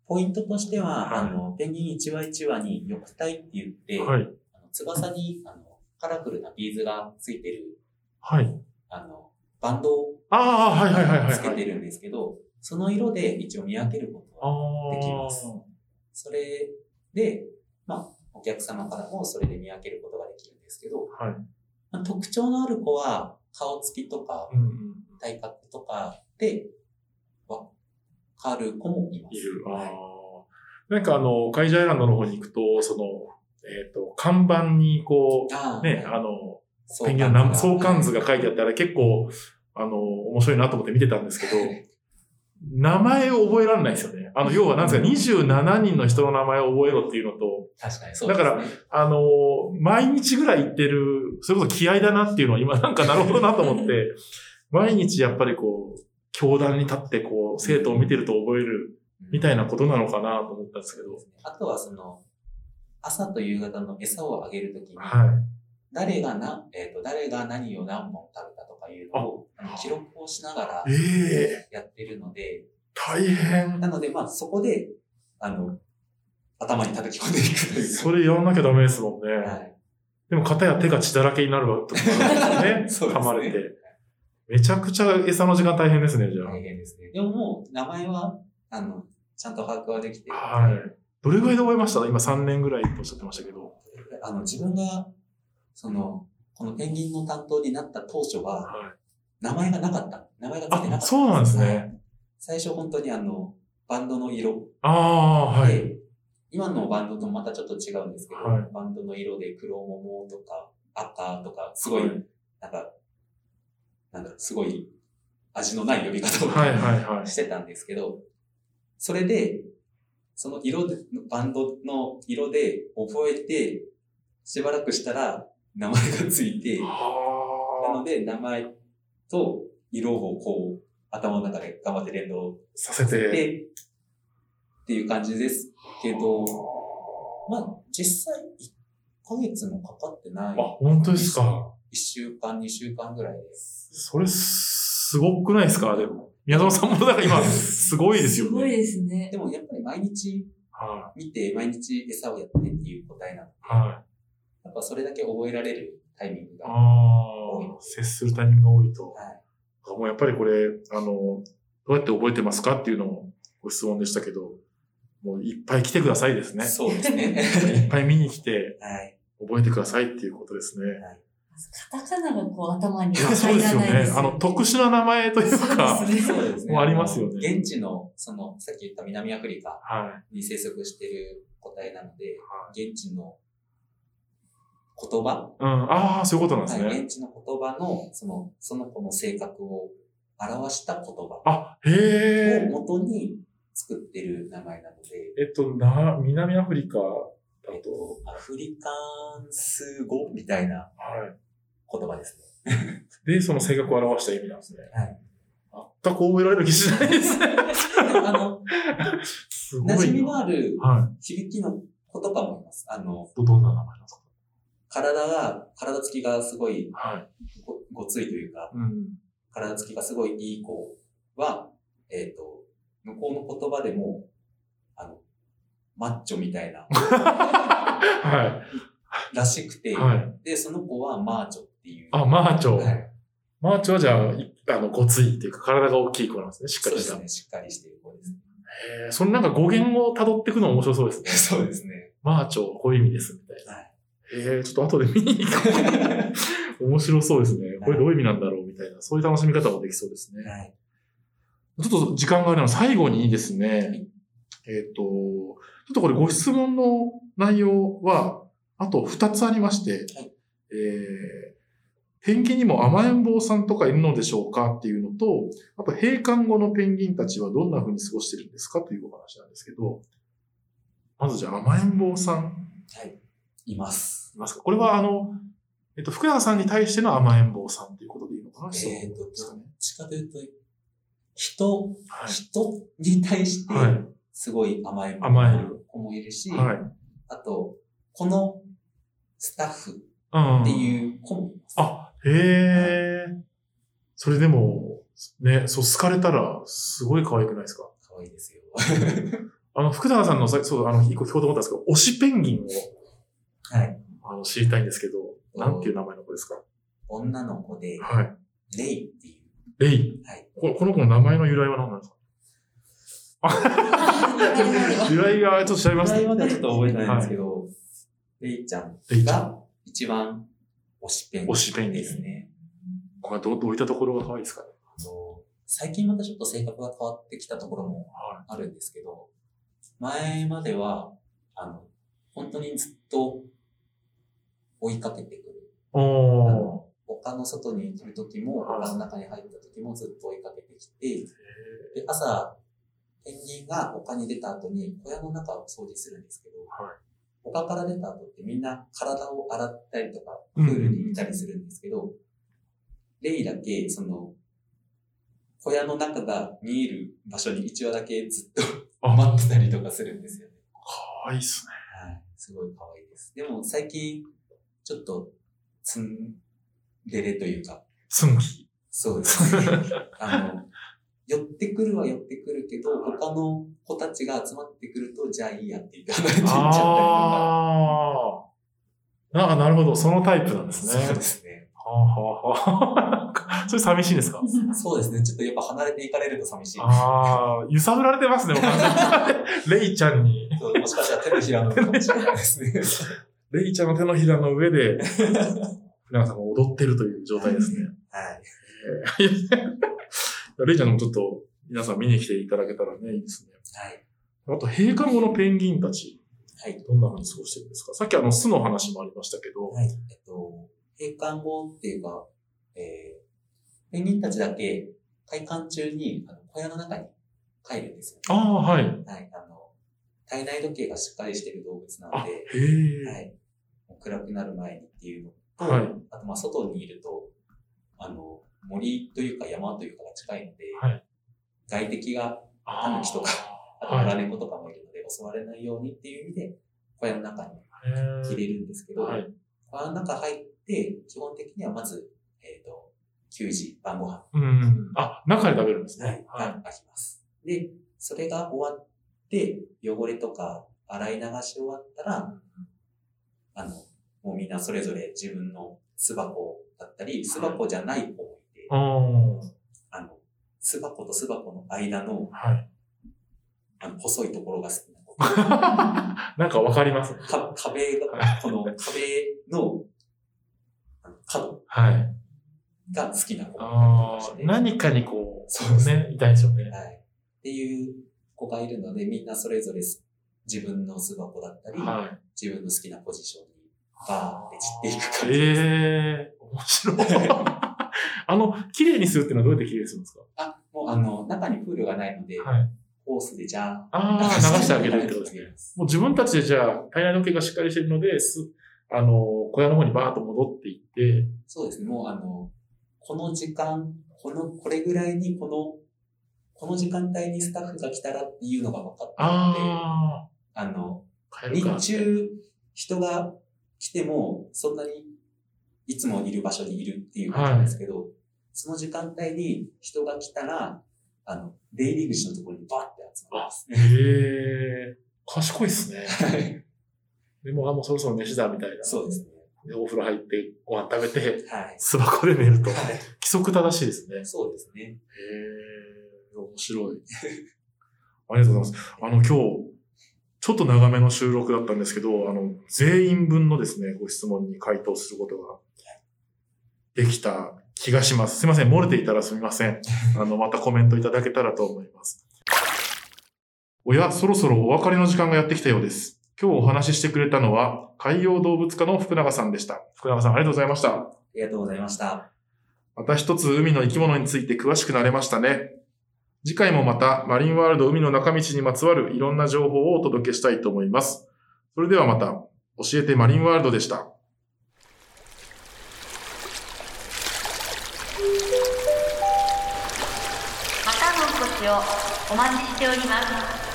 ポイントとしては、 はい、 あの、ペンギン一羽一羽に翼体って言って、はい、あの翼にあのカラフルなビーズがついてる、 はい、 あの、バンドをつけてるんですけど、その色で一応見分けることができます。それで、まあ、お客様からもそれで見分けることができるんですけど、はい、まあ、特徴のある子は顔つきとか、うんうん、体格とかで分かる子もいます。いる。 あ、なんかあの、カイジアイランドの方に行くと、その、えっと、看板にこう、あね、あの、ペンギンの相関図が書いてあったら結構、あの、面白いなと思って見てたんですけど、名前を覚えられないですよね。あの、要はなんですか、にじゅうななにんの人の名前を覚えろっていうのと、 確かにそうですね。 だから、あの、毎日ぐらい行ってる、それこそ気合だなっていうのは今なんかなるほどなと思って、毎日やっぱりこう、教壇に立ってこう、生徒を見てると覚えるみたいなことなのかなと思ったんですけど。 あとはその、朝と夕方の餌をあげるときに、はい、誰がな、えっと、誰が何を何本食べたとかいうのをあの記録をしながらやってるので、 大変。 なので、まあ、そこで、あの、頭に叩き込んでいくというか。 それやんなきゃダメですもんね。はい。でも、片や手が血だらけになるわけですね。そうですね。噛まれて。めちゃくちゃ餌の時間大変ですね、じゃあ。 大変ですね。でももう、名前は、あの、ちゃんと把握はできて。 はい。どれぐらいで覚えました？今さんねんぐらいとおっしゃってましたけど。 あの、自分が、その、このペンギンの担当になった当初は、はい、名前がなかった。名前がついてなかった。あ、 そうなんですね。 最初本当にあの、バンドの色。 ああ、はい。 今のバンドとまたちょっと違うんですけど、はい、バンドの色で黒桃とか赤とか、すごい、はい、なんか、なんだ、すごい味のない呼び方をしてたんですけど、それで、その色で、バンドの色で覚えて、しばらくしたら名前がついて、なので名前と色をこう頭の中で頑張って連動させてっていう感じですけど、まあ実際いっかげつもかかってない。 あ、本当ですか。 いっしゅうかん、にしゅうかんぐらいです。 それすごくないですか？でも。宮園さんもだから今すごいですよね。 すごいですね。 でもやっぱり毎日見て、毎日餌をやってっていう答えなので、はい、やっぱそれだけ覚えられるタイミングが多い。 接するタイミングが多いと。はい、もうやっぱりこれ、あの、どうやって覚えてますかっていうのもご質問でしたけど、もういっぱい来てくださいですね。 そうですね。 いっぱい見に来て、覚えてくださいっていうことですね。はい、 カタカナがこう頭に入らないですよね。そうですよね。あの、特殊な名前というか、そうですね。もありますよね。 現地の、その、さっき言った南アフリカに生息している個体なので、はい、現地の言葉、 うん、ああ、そういうことなんですね。 はい、現地の言葉の、その、その子の性格を表した言葉。 あ、へえ。を元に作ってる名前なので。 えっと、な、南アフリカだと。 えっと、アフリカンス語みたいな言葉ですね。で、その性格を表した意味なんですね。 はい。 全く覚えられる気しないですね。 あの、すごい。馴染みのある響きの子とかもいます。あの、 どんな名前なんですか？ 体が、体つきがすごいご、ごついというか、うん、体つきがすごいいい子は、えっと、向こうの言葉でも、あの、マッチョみたいな、はい、らしくて、はい、で、その子はマーチョっていう。 あ、マーチョ。はい、マーチョはじゃあ、あの、ごついっていうか、体が大きい子なんですね。しっかりした。 そうですね、しっかりしている子です。 へえ、そのなんか語源を辿っていくの面白そうですね。 そうですね。 マーチョ、こういう意味ですみたいな。はい、へえ、ちょっと後で見に行こう。面白そうですね。これどういう意味なんだろうみたいな、そういう楽しみ方もできそうですね。はい、ちょっと時間があるので最後にですね、はい、えっと、ちょっとこれご質問の内容は、あとふたつありまして、はい、えー、ペンギンにも甘えん坊さんとかいるのでしょうかっていうのと、あと閉館後のペンギンたちはどんな風に過ごしてるんですかというお話なんですけど、まずじゃあ甘えん坊さん。 はい。います。 いますか？これはあの、えっと、福永さんに対しての甘えん坊さんということでいいのかな？ えっと、どっちかというと、人、はい、人に対して、すごい甘えん坊な子もいるし、はい、あと、このスタッフっていう子もいます。 うん、あ、へえ、はい。それでも、ね、そう、好かれたら、すごい可愛くないですか？ 可愛いですよ。 あの、福永さんの、そう、あの、一個聞こうと思ったんですけど、推しペンギンを、 はい。 あの、知りたいんですけど、なんていう名前の子ですか？ 女の子で、 はい。 レイっていう。 レイ？ はい。 こ, この子の名前の由来は何なんですか？由来がちょっと調べます。 由来はちょっと覚えてないんですけど、はい、レイちゃんが一番推しペンギン。 推しペンギンですね。これはどういったところが可愛いですかね？ 最近またちょっと性格が変わってきたところもあるんですけど、はい、前までは、あの、本当にずっと追いかけてくる。 おあの他の外にいる時も、他の中に入った時もずっと追いかけてきて、で朝、ペンギンが丘に出た後に小屋の中を掃除するんですけど、はい、丘から出た後ってみんな体を洗ったりとか、プールにいたりするんですけど、うん、レイだけ、その、小屋の中が見える場所にいちわだけずっと待ってたりとかするんですよね。 かわいいっすね。 はい。すごいかわいいです。でも最近、ちょっと、ツンデレというか。 ツンキ。 そうですね。あの、寄ってくるは寄ってくるけど、他の子たちが集まってくると、じゃあいいやって言って離れていっちゃったりとか。 ああ。なんかなるほど、そのタイプなんですね。 そうですね。 はあはあはあ。それ寂しいですか？ そうですね。ちょっとやっぱ離れていかれると寂しいです。 ああ、揺さぶられてますね、レイちゃんに。 そう、もしかしたら手のひらの上かもしれないですね。 レイちゃんの手のひらの上で、福永さんが踊ってるという状態ですね。 はい。 えー、レイちゃんもちょっと皆さん見に来ていただけたらね、いいですね。 はい。 あと、閉館後のペンギンたち。 はい。 どんな風に過ごしてるんですか？さっきあの巣の話もありましたけど。 はい。えっと、閉館後っていうか、えー、ペンギンたちだけ開館中にあの小屋の中に帰るんですよ、ね。 ああ、はい。 はい。あの、体内時計がしっかりしている動物なので、 へー。 はい。暗くなる前にっていうのと、 はい、 あとまあ外にいると、あの、森というか山というかが近いので、 はい、 外敵が、タヌキとか、あと野良猫とかもいるので、襲われないようにっていう意味で、小屋の中に切れるんですけど、はい、小屋の中入って、基本的にはまず、えっと、給仕、晩ご飯。 うん。あ、中で食べるんですね。 はい。が来ます。で、それが終わって、汚れとか洗い流し終わったら、うん、あの、もうみんなそれぞれ自分の巣箱だったり、巣箱じゃない方もいて、 はい、 あの、巣箱と巣箱の間の、 はい、 あの細いところが好きな子。 なんかわかりますか壁が、この壁の角が好きな子がいて、何かにこう、 そうですね、 いたいでしょうね。 はい。っていう子がいるので、みんなそれぞれ自分の巣箱だったり、はい、自分の好きなポジションにバーって散っていく感じです。 ええー、面白い。あの、綺麗にするっていうのはどうやって綺麗にするんですか？ あ、もうあの、中にプールがないので、はい、ホースでじゃあ、 ああ、流してあげるってことですね。もう自分たちでじゃあ、体内時計がしっかりしているので、す、あの、小屋の方にバーッと戻っていって。 そうですね。もうあの、この時間、この、これぐらいにこの、この時間帯にスタッフが来たらっていうのが分かってるので、あ, あの、日中人が来ても、そんなにいつもいる場所にいるっていう感じなんですけど、はい、その時間帯に人が来たら、あの、出入り口のところにバーって集まります。 へー。賢いっすね。はい。でも、あ、もうそろそろ飯だみたいな。 そうですね。 で、お風呂入ってご飯食べて、 はい。 巣箱で寝ると。 はい。 規則正しいですね。 そうですね。 へー。面白い。ありがとうございます。あの、今日、ちょっと長めの収録だったんですけど、あの、全員分のですね、ご質問に回答することができた気がします。すいません、漏れていたらすみません。あの、またコメントいただけたらと思います。おや、そろそろお別れの時間がやってきたようです。今日お話ししてくれたのは、海洋動物科の福永さんでした。福永さん、ありがとうございました。 ありがとうございました。 また一つ海の生き物について詳しくなれましたね。次回もまたマリンワールド海の中道にまつわるいろんな情報をお届けしたいと思います。それではまた、教えてマリンワールドでした。 またのお越しをお待ちしております。